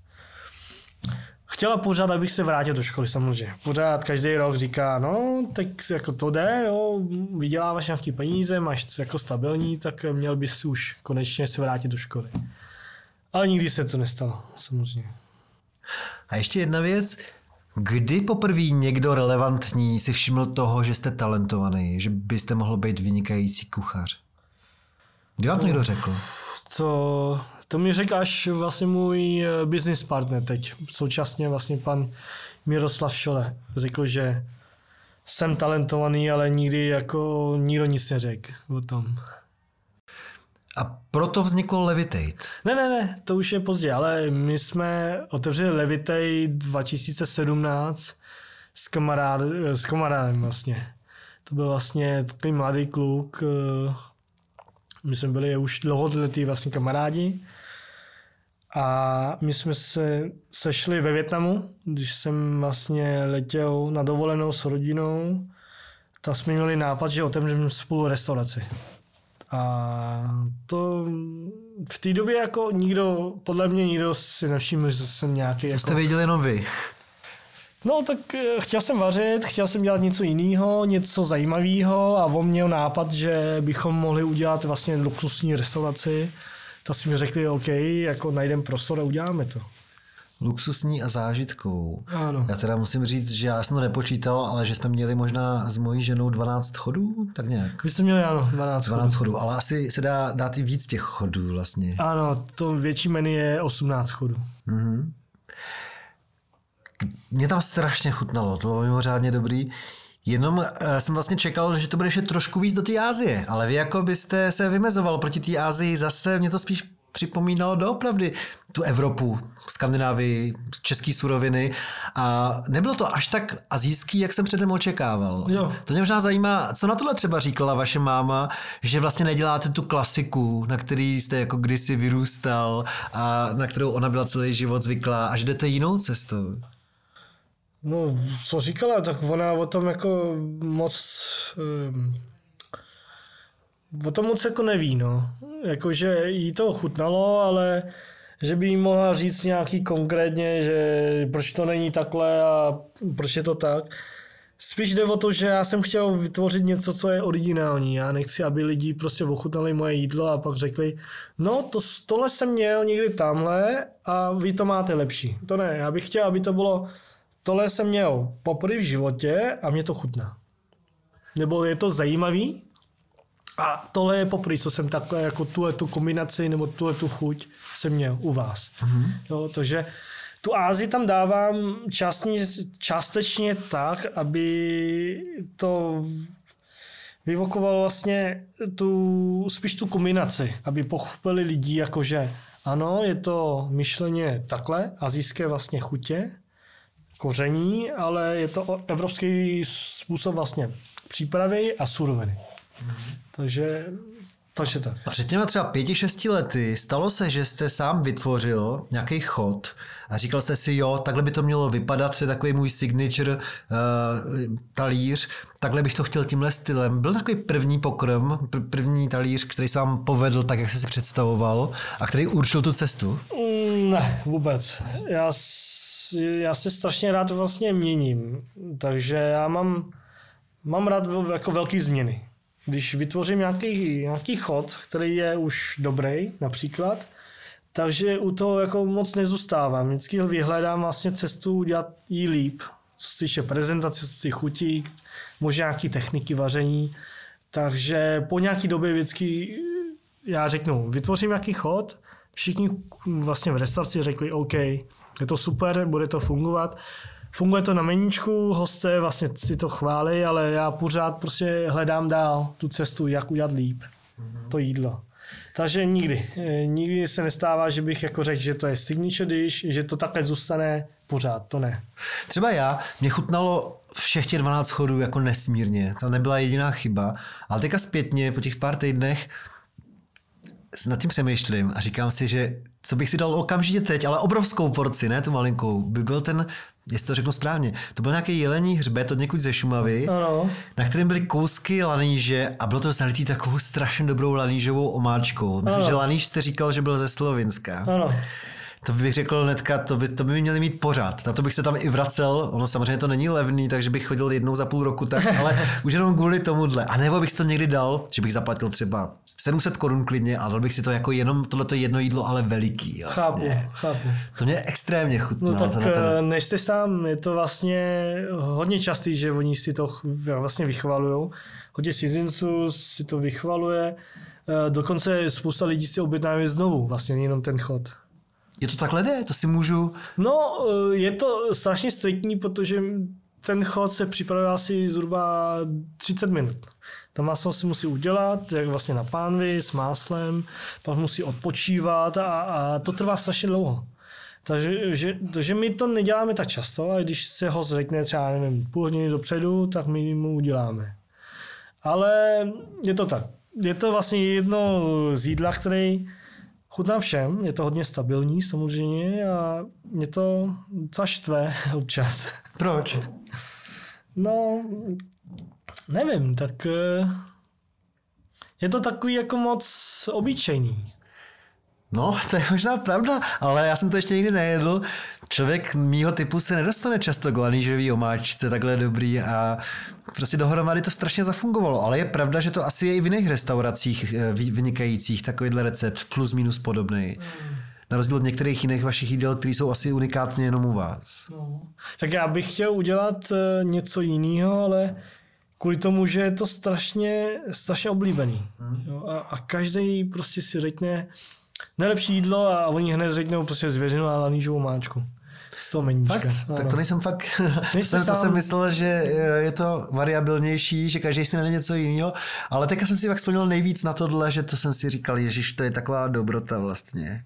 chtěla pořád, abych se vrátil do školy samozřejmě. Pořád každý rok říká, no, tak jako to jde, jo, vyděláváš nějaký peníze, máš jako stabilní, tak měl bys už konečně se vrátit do školy. Ale nikdy se to nestalo, samozřejmě. A ještě jedna věc, kdy poprvé někdo relevantní si všiml toho, že jste talentovaný, že byste mohl být vynikající kuchař? Kdy vám to někdo řekl? To, to mi řekl až vlastně můj business partner teď. Současně vlastně pan Miroslav Šole. Řekl, že jsem talentovaný, ale nikdy jako nikdo nic neřekl o tom. A proto vzniklo Levitate. Ne, ne, ne, to už je pozdě, ale my jsme otevřeli Levitate dva tisíce sedmnáct s, kamarád, s kamarádem vlastně. To byl vlastně takový mladý kluk, my jsme byli už dlouholetí vlastně kamarádi a my jsme se sešli ve Vietnamu, když jsem vlastně letěl na dovolenou s rodinou, tak jsme měli nápad, že otevřeme spolu restauraci. A to v té době jako nikdo, podle mě nikdo si nevšiml, že jsem nějaký... To jako... jste věděli jenom vy. No tak chtěl jsem vařit, chtěl jsem dělat něco jiného, něco zajímavého a on měl nápad, že bychom mohli udělat vlastně luxusní restauraci. Tak si mi řekli, OK, jako najdeme prostor a uděláme to. Luxusní a zážitkou. Ano. Já teda musím říct, že já jsem to nepočítal, ale že jsme měli možná s mojí ženou dvanáct chodů, tak nějak. Vy jste měli, ano, dvanáct, dvanáct chodů. chodů, ale asi se dá dát i víc těch chodů vlastně. Ano, to větší menu je osmnáct chodů. Mhm. Mě tam strašně chutnalo, to bylo mimořádně dobrý. Jenom uh, jsem vlastně čekal, že to bude ještě trošku víc do té Asie, ale vy jako byste se vymezoval proti té Asii, zase mě to spíš připomínalo doopravdy tu Evropu, Skandinávii, české suroviny a nebylo to až tak asijský, jak jsem předem očekával. Jo. To mě možná zajímá, co na tohle třeba říkala vaše máma, že vlastně neděláte tu klasiku, na který jste jako kdysi vyrůstal a na kterou ona byla celý život zvyklá a že jdete jinou cestou. No, co říkala, tak ona o tom jako moc... Um, o tom moc jako neví, no. Jakože jí to chutnalo, ale že by jí mohla říct nějaký konkrétně, že proč to není takhle a proč je to tak. Spíš jde o to, že já jsem chtěl vytvořit něco, co je originální. Já nechci, aby lidi prostě ochutnali moje jídlo a pak řekli, no to, tohle jsem měl někdy tamhle a vy to máte lepší. To ne, já bych chtěl, aby to bylo, tohle jsem měl poprvé v životě a mě to chutná. Nebo je to zajímavý, a tohle je poprvé, co jsem takhle jako tuhle tu kombinaci nebo tuhle tu chuť jsem měl u vás. Mm-hmm. Jo, takže tu Asii tam dávám částečně, částečně tak, aby to vyvokovalo vlastně tu, spíš tu kombinaci, aby pochopili lidi, jakože ano, je to myšleně takhle, asijské vlastně chutě, koření, ale je to evropský způsob vlastně přípravy a suroviny. Mm-hmm. Takže, takže tak. A před těma třeba pěti, šesti lety stalo se, že jste sám vytvořil nějaký chod a říkal jste si, jo, takhle by to mělo vypadat, to je takový můj signature uh, talíř, takhle bych to chtěl tímhle stylem. Byl takový první pokrm, pr- první talíř, který se vám povedl tak, jak jste si představoval a který určil tu cestu? Mm, ne, vůbec. Já, já se strašně rád vlastně měním, takže já mám, mám rád jako velký změny. Když vytvořím nějaký, nějaký chod, který je už dobrý, například, takže u toho jako moc nezůstávám. Vždycky vyhledám vlastně cestu udělat jí líp. Co se týče prezentace, co se týče chutí, možná nějaké techniky vaření. Takže po nějaký době vždycky já řeknu, vytvořím nějaký chod, všichni vlastně v restauraci řekli, OK, je to super, bude to fungovat. Funguje to na meníčku, hosté vlastně si to chválí, ale já pořád prostě hledám dál tu cestu, jak udělat líp to jídlo. Takže nikdy, nikdy se nestává, že bych jako řekl, že to je signature dish, že to takhle zůstane pořád, to ne. Třeba já, mě chutnalo všech těch dvanáct chodů jako nesmírně, to nebyla jediná chyba, ale teďka zpětně po těch pár týdnech nad tím přemýšlím a říkám si, že co bych si dal okamžitě teď, ale obrovskou porci, ne tu malinkou, by byl ten, jestli to řeknu správně, to byl nějaký jelení hřbet od někud ze Šumavy, ano. Na kterém byly kousky laníže a bylo to zalitý takovou strašně dobrou lanížovou omáčkou. Myslím, ano. Že laníž jste říkal, že byl ze Slovinska. Ano. To bych řekl hnedka, to by, to by měli mít pořád. Na to bych se tam i vracel. Ono samozřejmě to není levný, takže bych chodil jednou za půl roku, tak, ale už jenom kvůli tomuhle. A nebo bych si to někdy dal, že bych zaplatil třeba sedm set korun klidně a dal bych si to jako jenom tohleto jedno jídlo, ale veliký. Vlastně. Chápu, chápu. To mě extrémně chutná. No tak ten... než jste sám, je to vlastně hodně častý, že oni si to vlastně vychvalujou. Hodně cizinců si to vychvaluje. Dokonce spousta lidí si objednávají znovu, vlastně jenom ten chod. Je to takhle jde? To si můžu... No, je to strašně striktní, protože ten chod se připravuje asi zhruba třicet minut. To maso si musí udělat, jak vlastně na pánvi s máslem, pak musí odpočívat a, a to trvá strašně dlouho. Takže že, že my to neděláme tak často, a když se ho řekne třeba nevím, půl hodiny dopředu, tak my mu uděláme. Ale je to tak. Je to vlastně jedno z jídla, který chutná všem, je to hodně stabilní samozřejmě a mě to docela štve občas. Proč? No, nevím, tak je to takový jako moc obyčejný. No, to je možná pravda, ale já jsem to ještě nikdy nejedl. Člověk mýho typu se nedostane často k lanížový omáčce takhle dobrý a prostě dohromady to strašně zafungovalo. Ale je pravda, že to asi je i v jiných restauracích vynikajících takovýhle recept plus minus podobný. Hmm. Na rozdíl od některých jiných vašich jídel, které jsou asi unikátně jenom u vás. No. Tak já bych chtěl udělat něco jiného, ale kvůli tomu, že je to strašně, strašně oblíbený. Hmm. Jo, a, a každý prostě si řekne nejlepší jídlo a oni hned řeknou prostě zvěřinu a lanížovou máčku. Z toho meníčka. Fakt? No, tak to nejsem fakt. to, jsem, to jsem myslel, že je to variabilnější, že každý si najde něco jiného, ale teďka jsem si fakt vzpomněl nejvíc na tohle, že to jsem si říkal, ježiš, to je taková dobrota vlastně.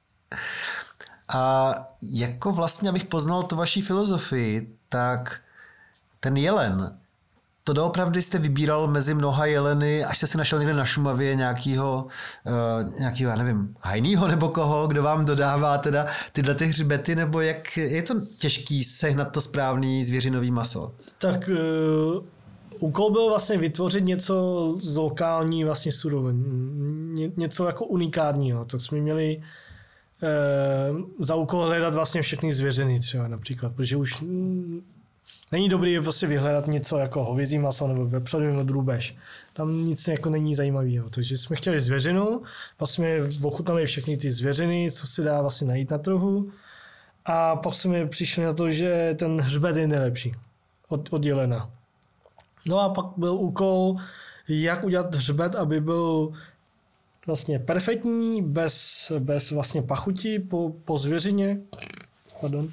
A jako vlastně, abych poznal tu vaší filozofii, tak ten jelen, to doopravdy jste vybíral mezi mnoha jeleny, až jste si našel někde na Šumavě nějakýho, uh, nějakýho, já nevím, hajnýho nebo koho, kdo vám dodává teda tyhle ty hřbety, nebo jak je to těžký sehnat to správný zvěřinový maso? Tak uh, úkol byl vlastně vytvořit něco z lokální vlastně surovin, Ně, něco jako unikátního. Tak jsme měli uh, za úkol hledat vlastně všechny zvěřiny třeba například, protože už není dobrý prostě vyhledat něco jako hovězí maso nebo vepřový nebo drůbež. Tam nic jako není zajímavého. Takže jsme chtěli zvěřinu, vlastně ochutnali všechny ty zvěřiny, co se dá vlastně najít na trhu. A pak jsme přišli na to, že ten hřbet je nejlepší od, od jelena. No a pak byl úkol, jak udělat hřbet, aby byl vlastně perfektní, bez, bez vlastně pachuti po, po zvěřině. Pardon.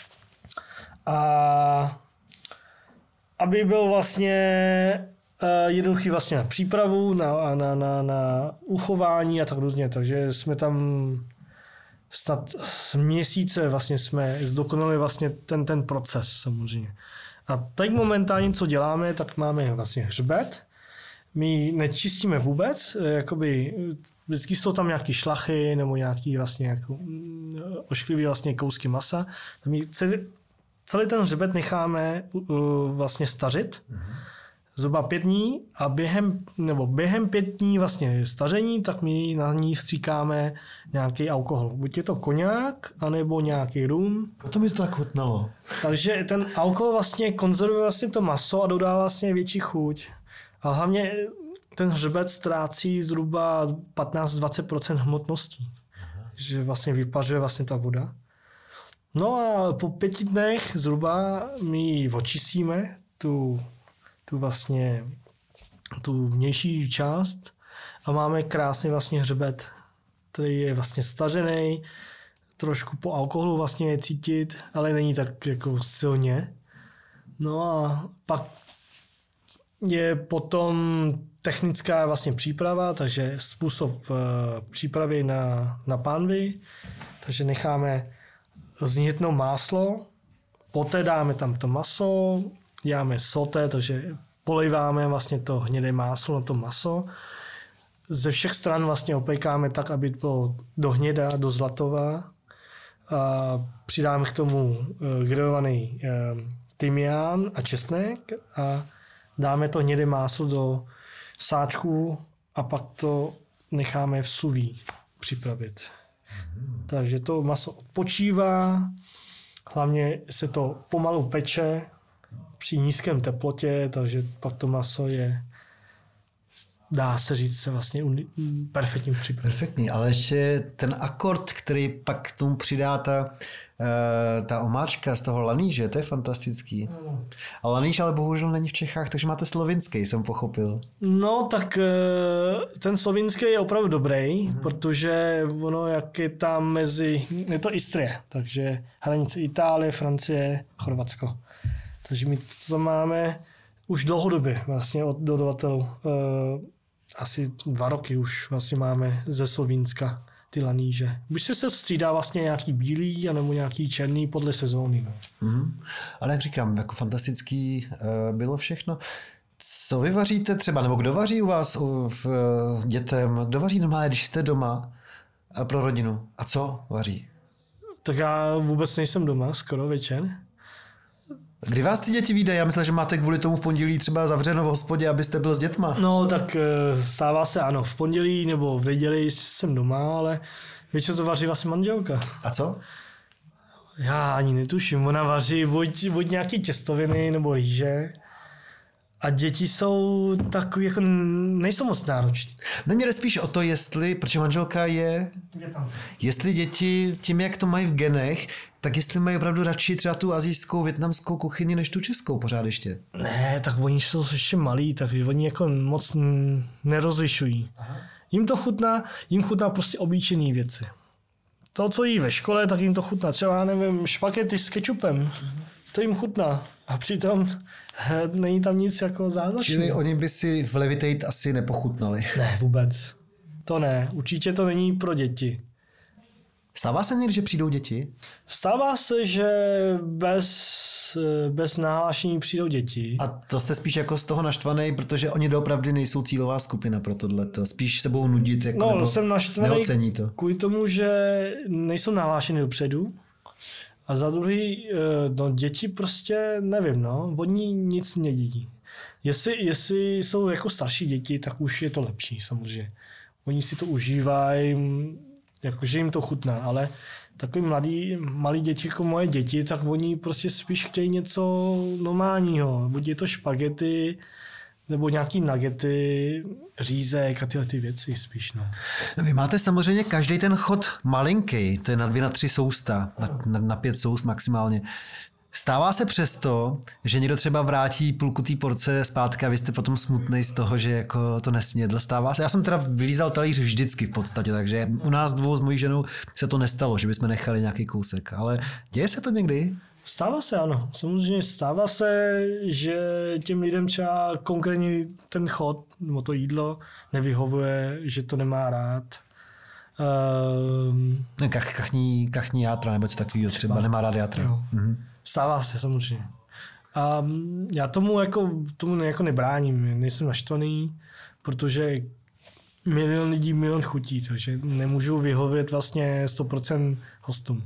A aby byl vlastně uh, jednoduchý vlastně na přípravu, na, na, na, na uchování a tak různě. Takže jsme tam snad z měsíce vlastně jsme zdokonali vlastně ten, ten proces samozřejmě. A teď momentálně, co děláme, tak máme vlastně hřbet. My nečistíme vůbec, jakoby vždycky jsou tam nějaký šlachy nebo nějaký vlastně jako ošklivý vlastně kousky masa. My celý, celý ten hřbet necháme uh, vlastně stařit. Mm-hmm. Zhruba pět dní a během, nebo během pět dní vlastně staření, tak my na ní stříkáme nějaký alkohol. Buď je to koňák, anebo nějaký rum. Proto mi to tak chutnalo. Takže ten alkohol vlastně konzervuje vlastně to maso a dodá vlastně větší chuť. A hlavně ten hřbet ztrácí zhruba patnáct až dvacet procent hmotností. Aha. Že vlastně vypařuje vlastně ta voda. No a po pěti dnech zhruba my ji očistíme, tu tu vlastně tu vnější část a máme krásný vlastně hřbet, který je vlastně stařený, trošku po alkoholu vlastně je cítit, ale není tak jako silně. No a pak je potom technická vlastně příprava, takže způsob přípravy na, na pánvi, takže necháme zhnitnout máslo, poté dáme tam to maso, děláme sauté, takže polejváme vlastně to hnědé máslo na to maso. Ze všech stran vlastně opékáme tak, aby to bylo do hněda, do zlatová. A přidáme k tomu grilovaný tymián a česnek a dáme to hnědé máslo do sáčku a pak to necháme v sous připravit. Mm. Takže to maso odpočívá, hlavně se to pomalu peče při nízkém teplotě, takže pak to maso je, dá se říct, se vlastně perfektní připravený. Perfektní, ale ještě ten akord, který pak k tomu přidá ta, ta omáčka z toho laníže, to je fantastický. No. A laníž ale bohužel není v Čechách, takže máte slovinský, jsem pochopil. No tak ten slovinský je opravdu dobrý, hmm. protože ono, jak je tam mezi, je to Istrie, takže hranice Itálie, Francie, Chorvatsko. Takže my to máme už dlouhodobě vlastně od dodavatelů. Uh, asi dva roky už vlastně máme ze Slovinska ty laníže. Buď se se střídá vlastně nějaký bílý, anebo nějaký černý podle sezóny. No. Mm-hmm. Ale jak říkám, jako fantastický uh, bylo všechno. Co vy vaříte třeba, nebo kdo vaří u vás u, v, uh, dětem? Kdo vaří doma, když jste doma uh, pro rodinu? A co vaří? Tak já vůbec nejsem doma, skoro večer. Kdy vás ty děti vyjde? Já myslím, že máte kvůli tomu v pondělí třeba zavřeno v hospodě, abyste byl s dětma. No tak stává se ano, v pondělí nebo v neděli jsem doma, ale většinou to vaří vlastně manželka. A co? Já ani netuším, ona vaří buď, buď nějaký těstoviny nebo rýže. A děti jsou takový, jako nejsou moc nároční. Neměli spíš o to, jestli, protože manželka je, je tam. Jestli děti tím, jak to mají v genech, tak jestli mají opravdu radši třeba tu asijskou, vietnamskou kuchyni, než tu českou pořád ještě. Ne, tak oni jsou ještě malí, tak oni jako moc nerozlišují. Aha. Jim to chutná, jim chutná prostě obyčejné věci. To, co jí ve škole, tak jim to chutná. Třeba, nevím, špagety s kečupem. To jim chutná. A přitom není tam nic jako zázračného. Čili oni by si v Levitate asi nepochutnali. Ne, vůbec. To ne. Určitě to není pro děti. Stává se někdy, že přijdou děti? Stává se, že bez, bez nahlášení přijdou děti. A to jste spíš jako z toho naštvaný, protože oni doopravdy nejsou cílová skupina pro tohleto. Spíš se budou nudit, jako no, nebo jsem naštvaný neocení to. Kvůli tomu, že nejsou nahlášeny dopředu. A za druhý, no děti prostě, nevím, no, oni nic nedědí. Jestli, jestli jsou jako starší děti, tak už je to lepší samozřejmě. Oni si to užívají, jakože jim to chutná, ale takový mladý, malí děti jako moje děti, tak oni prostě spíš chtějí něco normálního. Buď je to špagety, nebo nějaký nugety, řízek a tyhle ty věci spíš. No. Vy máte samozřejmě každý ten chod malinký, to je na dvě, na tři sousta, na, na, na pět soust maximálně. Stává se přesto, že někdo třeba vrátí půlku té porce zpátky a vy jste potom smutnej z toho, že jako to nesnědl. Stává se. Já jsem teda vylízal talíř vždycky v podstatě, takže u nás dvou s mojí ženou se to nestalo, že bychom nechali nějaký kousek. Ale děje se to někdy? Stává se, ano. Samozřejmě stává se, že těm lidem třeba konkrétně ten chod nebo to jídlo nevyhovuje, že to nemá rád. Um, Kach, kachní, kachní játra nebo co takového třeba, třeba nemá rád játra. Mhm. Stává se samozřejmě. A já tomu jako, tomu jako nebráním, nejsem naštvaný, protože milion lidí, milion chutí, takže nemůžu vyhovět vlastně sto procent hostům.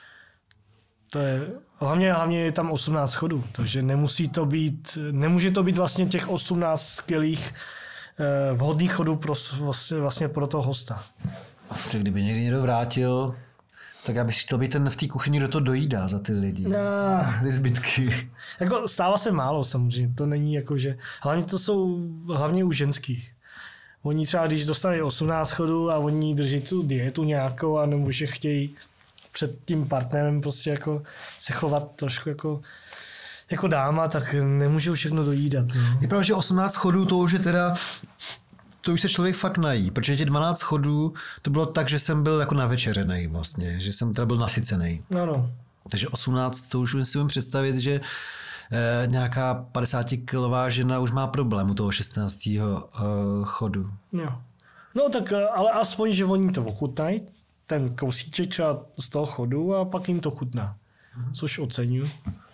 To je, hlavně, hlavně je tam osmnáct chodů, takže nemusí to být, nemůže to být vlastně těch osmnáct skvělých eh, vhodných chodů pro, vlastně, vlastně pro toho hosta. Tak kdyby někdy někdo vrátil, tak já bych chtěl být ten v té kuchyni, kdo to dojídá za ty lidi. No. Ty zbytky. Jako stává se málo samozřejmě, to není jako, že hlavně to jsou hlavně u ženských. Oni třeba, když dostanou osmnáct chodů a oni drží tu dietu nějakou a nebo že chtějí před tím partnerem prostě jako se chovat trošku jako, jako dáma, tak nemůžou všechno dojídat. No. Je pravda, že osmnáct chodů to už je teda, to už se člověk fakt nají, protože těch dvanáct chodů to bylo tak, že jsem byl jako navečeřenej vlastně, že jsem teda byl nasycenej. No, no. Takže osmnáct, to už si můžu představit, že eh, nějaká padesátikilová žena už má problém u toho šestnáctého Eh, chodu. Jo. No tak, ale aspoň, že oni to ochutnají, ten kousíček třeba z toho chodu a pak jim to chutná, což oceňuji.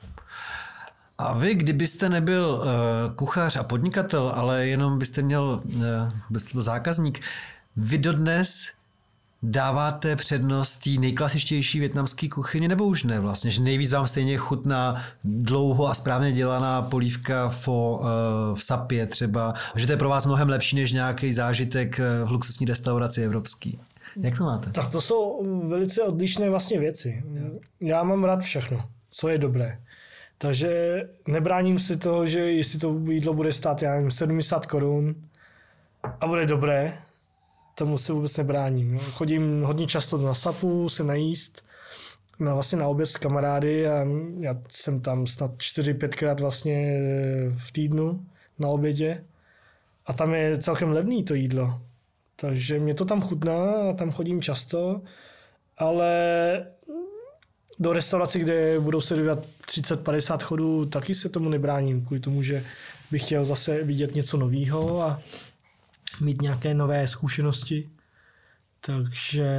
A vy, kdybyste nebyl uh, kuchař a podnikatel, ale jenom byste měl, uh, byste byl zákazník, vy dodnes dáváte přednost té nejklasičtější vietnamské kuchyni, nebo už ne vlastně? Že nejvíc vám stejně chutná dlouho a správně dělaná polívka fo, uh, v sapě třeba, že to je pro vás mnohem lepší než nějaký zážitek v luxusní restauraci evropský. Jak to máte? Tak to jsou velice odlišné vlastně věci. Já mám rád všechno, co je dobré. Takže nebráním si toho, že jestli to jídlo bude stát, já nevím, sedmdesát korun a bude dobré, tomu se vůbec nebráním. Chodím hodně často na Sapu se najíst, na, vlastně na oběd s kamarády a já jsem tam snad čtyři, pětkrát vlastně v týdnu na obědě a tam je celkem levný to jídlo. Takže mě to tam chutná a tam chodím často, ale do restaurace, kde budou se dovídat třicet padesát chodů, taky se tomu nebráním, kvůli tomu, že bych chtěl zase vidět něco nového a mít nějaké nové zkušenosti. Takže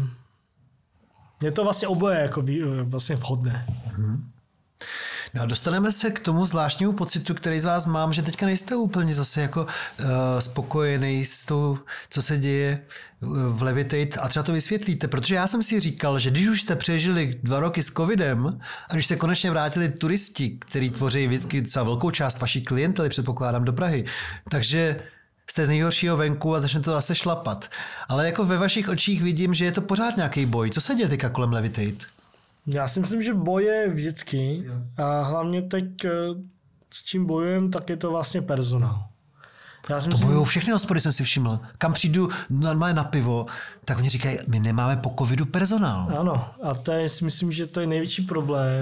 je to vlastně oboje jako vlastně vhodné. Hmm. No a dostaneme se k tomu zvláštnímu pocitu, který z vás mám, že teďka nejste úplně zase jako uh, spokojený s tou, co se děje v Levitate a třeba to vysvětlíte, protože já jsem si říkal, že když už jste přežili dva roky s covidem a když se konečně vrátili turisti, který tvoří vždycky docela velkou část vaší klientely, předpokládám, do Prahy, takže jste z nejhoršího venku a začne to zase šlapat. Ale jako ve vašich očích vidím, že je to pořád nějaký boj. Co se děje teďka kolem Levitate? Já si myslím, že boj je vždycky a hlavně teď s čím bojujem, tak je to vlastně personál. Já si to myslím, bojují všechny hospody, jsem si všiml. Kam přijdu normálně na pivo, tak oni říkají, my nemáme po covidu personál. Ano, a to je, si myslím, že to je největší problém,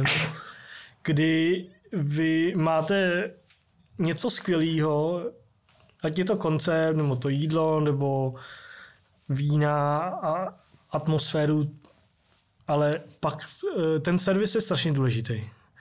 kdy vy máte něco skvělého, ať je to koncept, nebo to jídlo, nebo vína a atmosféru, ale pak ten servis je strašně důležitý.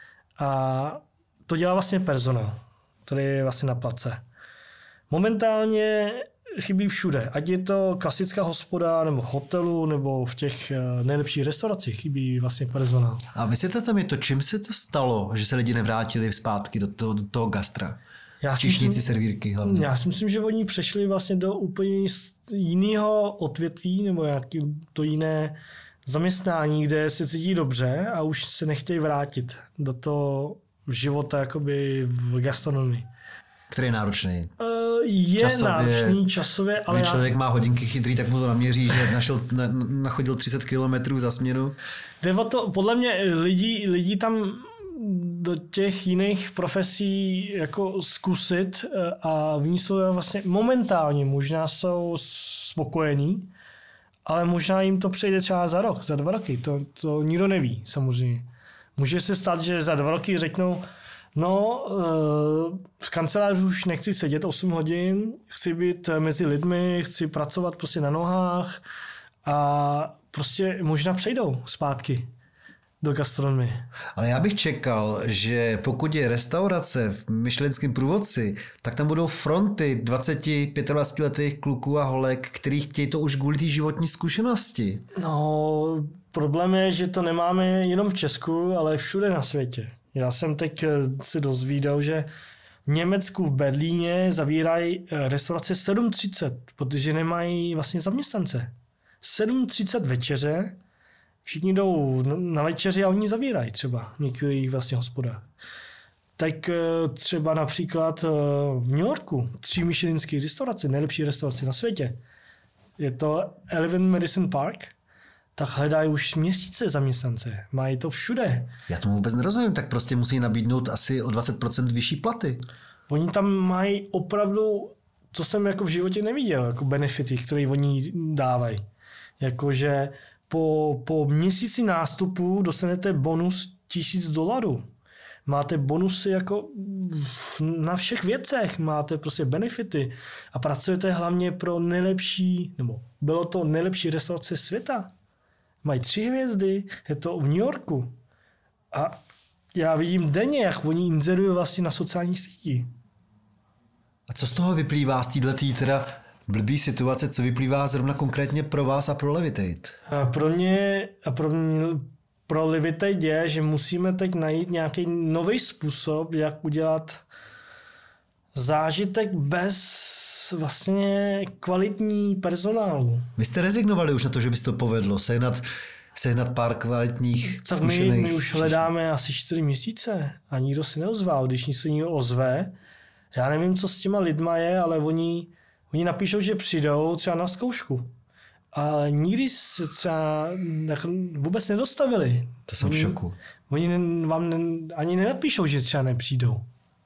A to dělá vlastně personál, který je vlastně na place. Momentálně chybí všude, ať je to klasická hospoda, nebo hotelu, nebo v těch nejlepších restauracích chybí vlastně personál. A vysvětlete mi to, čím se to stalo, že se lidi nevrátili zpátky do toho, do toho gastra? Číšníci, servírky hlavně. Já si myslím, že oni přešli vlastně do úplně jiného odvětví, nebo jaký to jiné zaměstnání, kde se cítí dobře a už se nechtějí vrátit do toho života jakoby v gastronomii. Který je náročný? Je časově, náročný časově, ale když člověk já... má hodinky chytrý, tak mu to naměří, že našel, na, nachodil třicet kilometrů za směnu. To, podle mě lidi, lidi tam do těch jiných profesí jako zkusit a oni jsou vlastně momentálně možná jsou spokojení, ale možná jim to přejde třeba za rok, za dva roky. To, to nikdo neví, samozřejmě. Může se stát, že za dva roky řeknou, no, v kanceláři už nechci sedět osm hodin, chci být mezi lidmi, chci pracovat prostě na nohách a prostě možná přejdou zpátky do gastronomie. Ale já bych čekal, že pokud je restaurace v michelinském průvodci, tak tam budou fronty dvacet pět letých kluků a holek, který chtějí to už kvůli té životní zkušenosti. No, problém je, že to nemáme jenom v Česku, ale všude na světě. Já jsem teď si dozvídal, že v Německu, v Berlíně zavírají restaurace sedm třicet, protože nemají vlastně zaměstnance. sedm třicet večeře, všichni jdou na večeři a oni zavírají třeba v některých vlastně hospodách. Tak třeba například v New Yorku, tři michelinské restaurace, nejlepší restaurace na světě. Je to Eleven Madison Park, tak hledají už měsíce zaměstnance. Mají to všude. Já tomu vůbec nerozumím, tak prostě musí nabídnout asi o dvacet procent vyšší platy. Oni tam mají opravdu, co jsem jako v životě neviděl, jako benefity, které oni dávají. Jakože po, po měsíci nástupu dostanete bonus tisíc dolarů. Máte bonusy jako na všech věcech, máte prostě benefity a pracujete hlavně pro nejlepší, nebo bylo to nejlepší restaurace světa. Mají tři hvězdy, je to v New Yorku. A já vidím denně, jak oni inzerují vlastně na sociálních sítích. A co z toho vyplývá z této teda blbý situace, co vyplývá zrovna konkrétně pro vás a pro Levitate? A pro mě a pro mě pro Levitate je, že musíme teď najít nějaký nový způsob, jak udělat zážitek bez vlastně kvalitní personálu. Vy jste rezignovali už na to, že by se to povedlo, sehnat, sehnat pár kvalitních tak zkušených. My, my už hledáme asi čtyři měsíce a nikdo se neozval. Když se někdo ozve, já nevím, co s těma lidma je, ale oni, oni napíšou, že přijdou třeba na zkoušku. Ale nikdy se třeba vůbec nedostavili. To jsem oni, v šoku. Oni vám ne, ani nenapíšou, že třeba nepřijdou.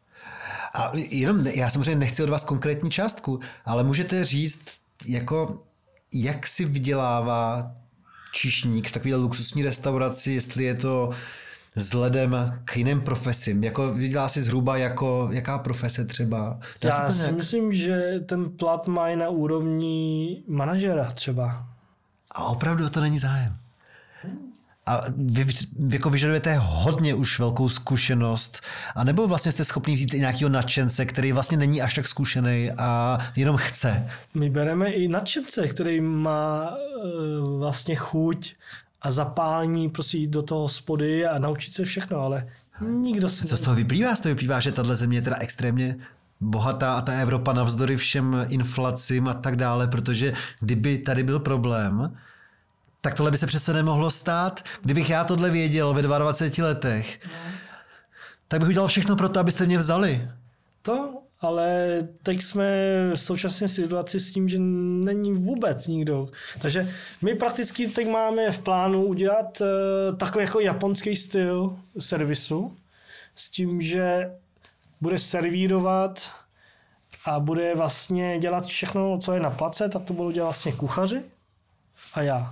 A jenom, já samozřejmě nechci od vás konkrétní částku, ale můžete říct, jako, jak si vydělává číšník v takové luxusní restauraci, jestli je to vzhledem k jiným profesím. Jako vydělá si zhruba jako jaká profese třeba? Dá Já si nějak... si myslím, že ten plat mají na úrovni manažera třeba. A opravdu to není zájem. A vy, vy jako vyžadujete hodně už velkou zkušenost, a nebo vlastně jste schopni vzít i nějakého nadšence, který vlastně není až tak zkušený a jenom chce? My bereme i nadšence, který má uh, vlastně chuť a zapálení prostě jít do toho hospody a naučit se všechno, ale nikdo se... Co z toho vyplývá? Z toho vyplývá, že tahle země je teda extrémně bohatá a ta Evropa navzdory všem inflacím a tak dále, protože kdyby tady byl problém, tak tohle by se přece nemohlo stát. Kdybych já tohle věděl ve dvaceti dvou letech, no. tak bych udělal všechno pro to, abyste mě vzali. To, ale teď jsme v současné situaci s tím, že není vůbec nikdo. Takže my prakticky teď máme v plánu udělat uh, takový jako japonský styl servisu s tím, že bude servírovat a bude vlastně dělat všechno, co je na place, tak to budou dělat vlastně kuchaři a já.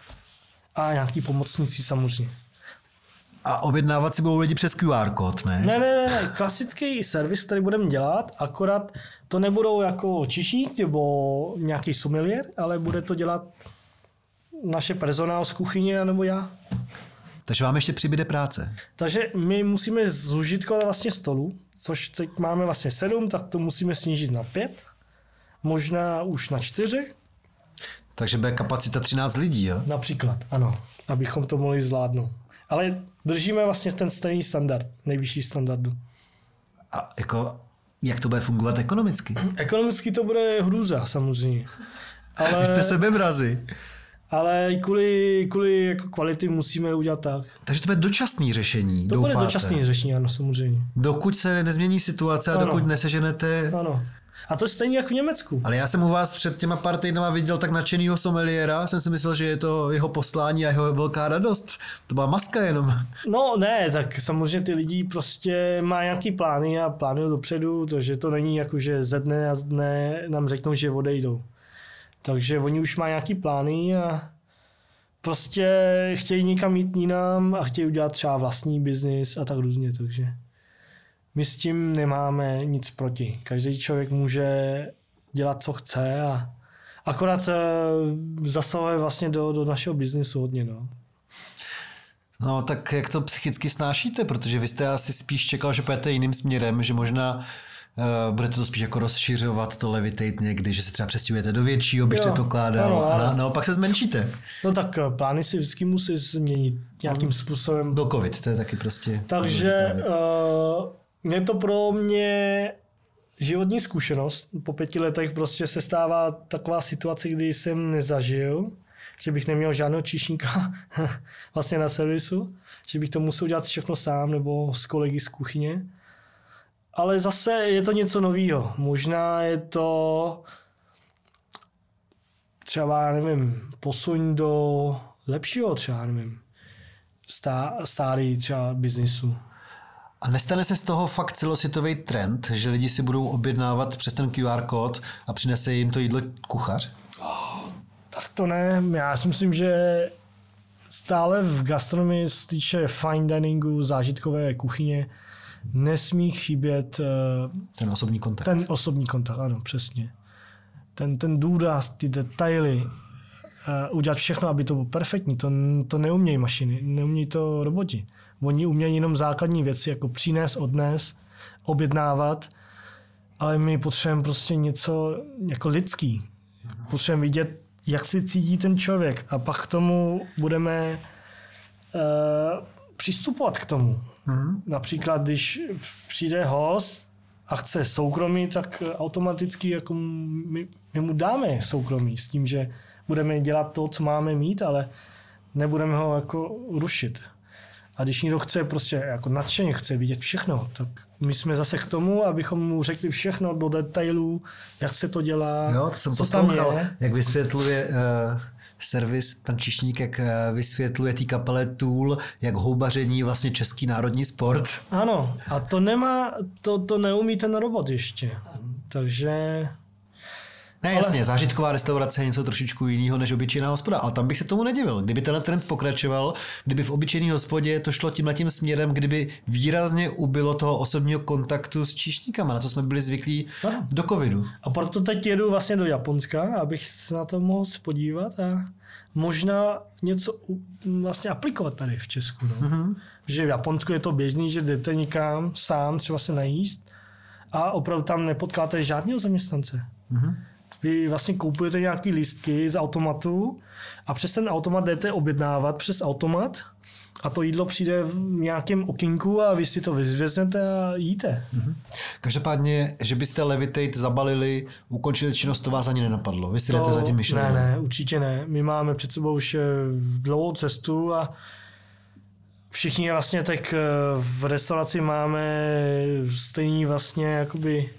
A nějaký pomocníci samozřejmě. A objednávat si budou lidi přes Q R kód, ne? Ne, ne, ne, klasický servis, který budeme dělat, akorát to nebudou jako čišník nebo nějaký sommelier, ale bude to dělat naše personál z kuchyně nebo já. Takže vám ještě přibyde práce. Takže my musíme zužitkovat vlastně stolu, což teď máme vlastně sedm, tak to musíme snížit na pět, možná už na čtyři. Takže bude kapacita třináct lidí, jo? Například, ano, abychom to mohli zvládnout. Ale držíme vlastně ten stejný standard, nejvyšší standardu. A jako, jak to bude fungovat ekonomicky? Ekonomicky to bude hrůza, samozřejmě. Ale, Vy jste sebevrazi. Ale kvůli, kvůli jako kvality musíme udělat tak. Takže to bude dočasné řešení, To doufáte? bude dočasné řešení, ano, samozřejmě. Dokud se nezmění situace a ano. dokud neseženete... Ano. A to je stejně jako v Německu. Ale já jsem u vás před těma pár týdnama viděl tak nadšenýho someliéra, jsem si myslel, že je to jeho poslání a jeho velká radost. To byla maska jenom. No ne, tak samozřejmě ty lidi prostě mají nějaký plány a plánují dopředu, takže to není jako, že ze dne na dne nám řeknou, že odejdou. Takže oni už mají nějaký plány a prostě chtějí někam jít jinam a chtějí udělat třeba vlastní biznis a tak různě, takže my s tím nemáme nic proti. Každý člověk může dělat, co chce a akorát zasahuje vlastně do, do našeho biznisu hodně. No. No tak jak to psychicky snášíte, protože vy jste asi spíš čekal, že půjdete jiným směrem, že možná uh, budete to spíš jako rozšiřovat, to levitate někdy, že se třeba přestěhujete do většího, bych to pokládal, a na, naopak se zmenšíte. No tak plány si vždycky musí změnit nějakým způsobem. Byl covid, to je taky prostě... Takže uh, je to pro mě životní zkušenost. Po pěti letech prostě se stává taková situace, kdy jsem nezažil, že bych neměl žádného číšníka vlastně na servisu, že bych to musel dělat všechno sám nebo s kolegy z kuchyně. Ale zase je to něco novýho. Možná je to třeba, nevím, posuň do lepšího třeba, nevím, stá, stádii třeba biznisu. A nestane se z toho fakt celosvětový trend, že lidi si budou objednávat přes ten Q R kód a přinese jim to jídlo kuchař? Oh, tak to ne. Já si myslím, že stále v gastronomii se týče fine diningu, zážitkové kuchyně, nesmí chybět ten osobní kontakt. Ten osobní kontakt, ano, přesně. Ten, ten důraz, ty detaily, udělat všechno, aby to bylo perfektní. To, to neumějí mašiny, neumějí to roboti. Oni umějí jenom základní věci, jako přinést, odnes, objednávat, ale my potřebujeme prostě něco jako lidský. Potřebujeme vidět, jak si cítí ten člověk a pak k tomu budeme uh, přistupovat k tomu. Mm-hmm. Například, když přijde host a chce soukromí, tak automaticky jako my, my mu dáme soukromí s tím, že budeme dělat to, co máme mít, ale nebudeme ho jako rušit. A když někdo chce prostě jako nadšeně chce vidět všechno, tak my jsme zase k tomu, abychom mu řekli všechno do detailů, jak se to dělá, jo, to jsem co tam je. Jak vysvětluje uh, servis pan Čišník, jak uh, vysvětluje té kapele Tool, jak houbaření vlastně český národní sport. Ano, a to nemá, to, to neumí ten robot ještě. Takže Ne, jasně, ale... zážitková restaurace je něco trošičku jiného než obyčejná hospoda, ale tam bych se tomu nedivil. Kdyby ten trend pokračoval, kdyby v obyčejné hospodě to šlo tímhletím směrem, kdyby výrazně ubylo toho osobního kontaktu s číšníkama, na co jsme byli zvyklí no. do covidu. A proto teď jedu vlastně do Japonska, abych se na to mohl podívat a možná něco vlastně aplikovat tady v Česku. No. Mm-hmm. Že v Japonsku je to běžný, že jdete někam sám třeba se najíst a opravdu tam nepotkáte žádného zaměstnance. Mm-hmm. Vy vlastně koupujete nějaký lístky z automatu a přes ten automat jdete objednávat přes automat a to jídlo přijde v nějakém okýnku a vy si to vyzvěznete a jíte. Mm-hmm. Každopádně, že byste Levitate zabalili, ukončili činnost, to vás ani nenapadlo. Vy si jdete za tím myšlenkou. Ne, ne, určitě ne. My máme před sebou už dlouhou cestu a všichni vlastně tak v restauraci máme stejný vlastně jakoby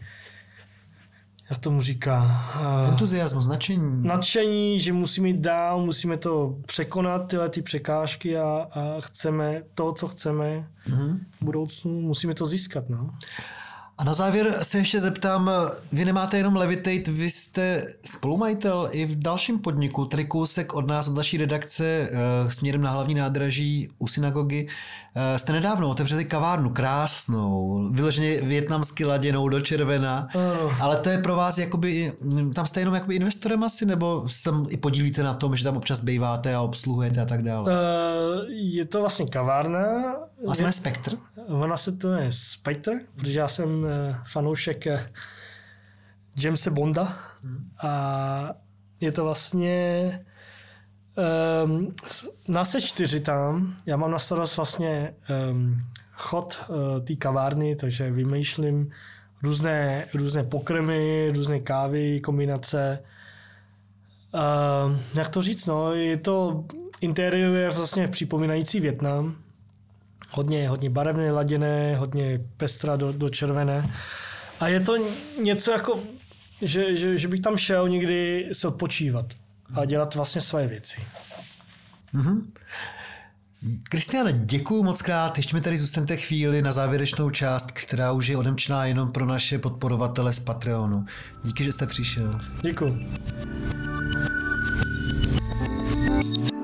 jak tomu říká? Entuziasmus, nadšení. Nadšení, že musíme jít dál, musíme to překonat, tyhle ty překážky a, a chceme to, co chceme mm-hmm. v budoucnu, musíme to získat. No. A na závěr se ještě zeptám, vy nemáte jenom Levitate, vy jste spolumajitel i v dalším podniku, tedy kousek od nás, od naší redakce směrem na hlavní nádraží u synagogy. Jste nedávno otevřeli kavárnu, krásnou, vyloženě vietnamsky laděnou do červena, uh. ale to je pro vás jakoby, tam jste jenom jakoby investorem asi, nebo se tam i podílíte na tom, že tam občas bejváte a obsluhujete a tak dále? Uh, je to vlastně kavárna. A se jmenuje Spektr? Ona se to je Spektr, protože já jsem fanoušek Jamese Bonda a je to vlastně um, nás je čtyři tam, já mám na starost vlastně um, chod uh, té kavárny, takže vymýšlím různé, různé pokrmy, různé kávy, kombinace. Uh, jak to říct, no, je to interiér je vlastně připomínající Vietnam. Hodně, hodně barevné, laděné, hodně pestra do, do červené. A je to něco jako, že, že, že bych tam šel někdy se odpočívat a dělat vlastně své věci. Mm-hmm. Kristiane, děkuju moc krát. Ještě mi tady zůstaňte chvíli na závěrečnou část, která už je odemčená jenom pro naše podporovatele z Patreonu. Díky, že jste přišel. Děkuju.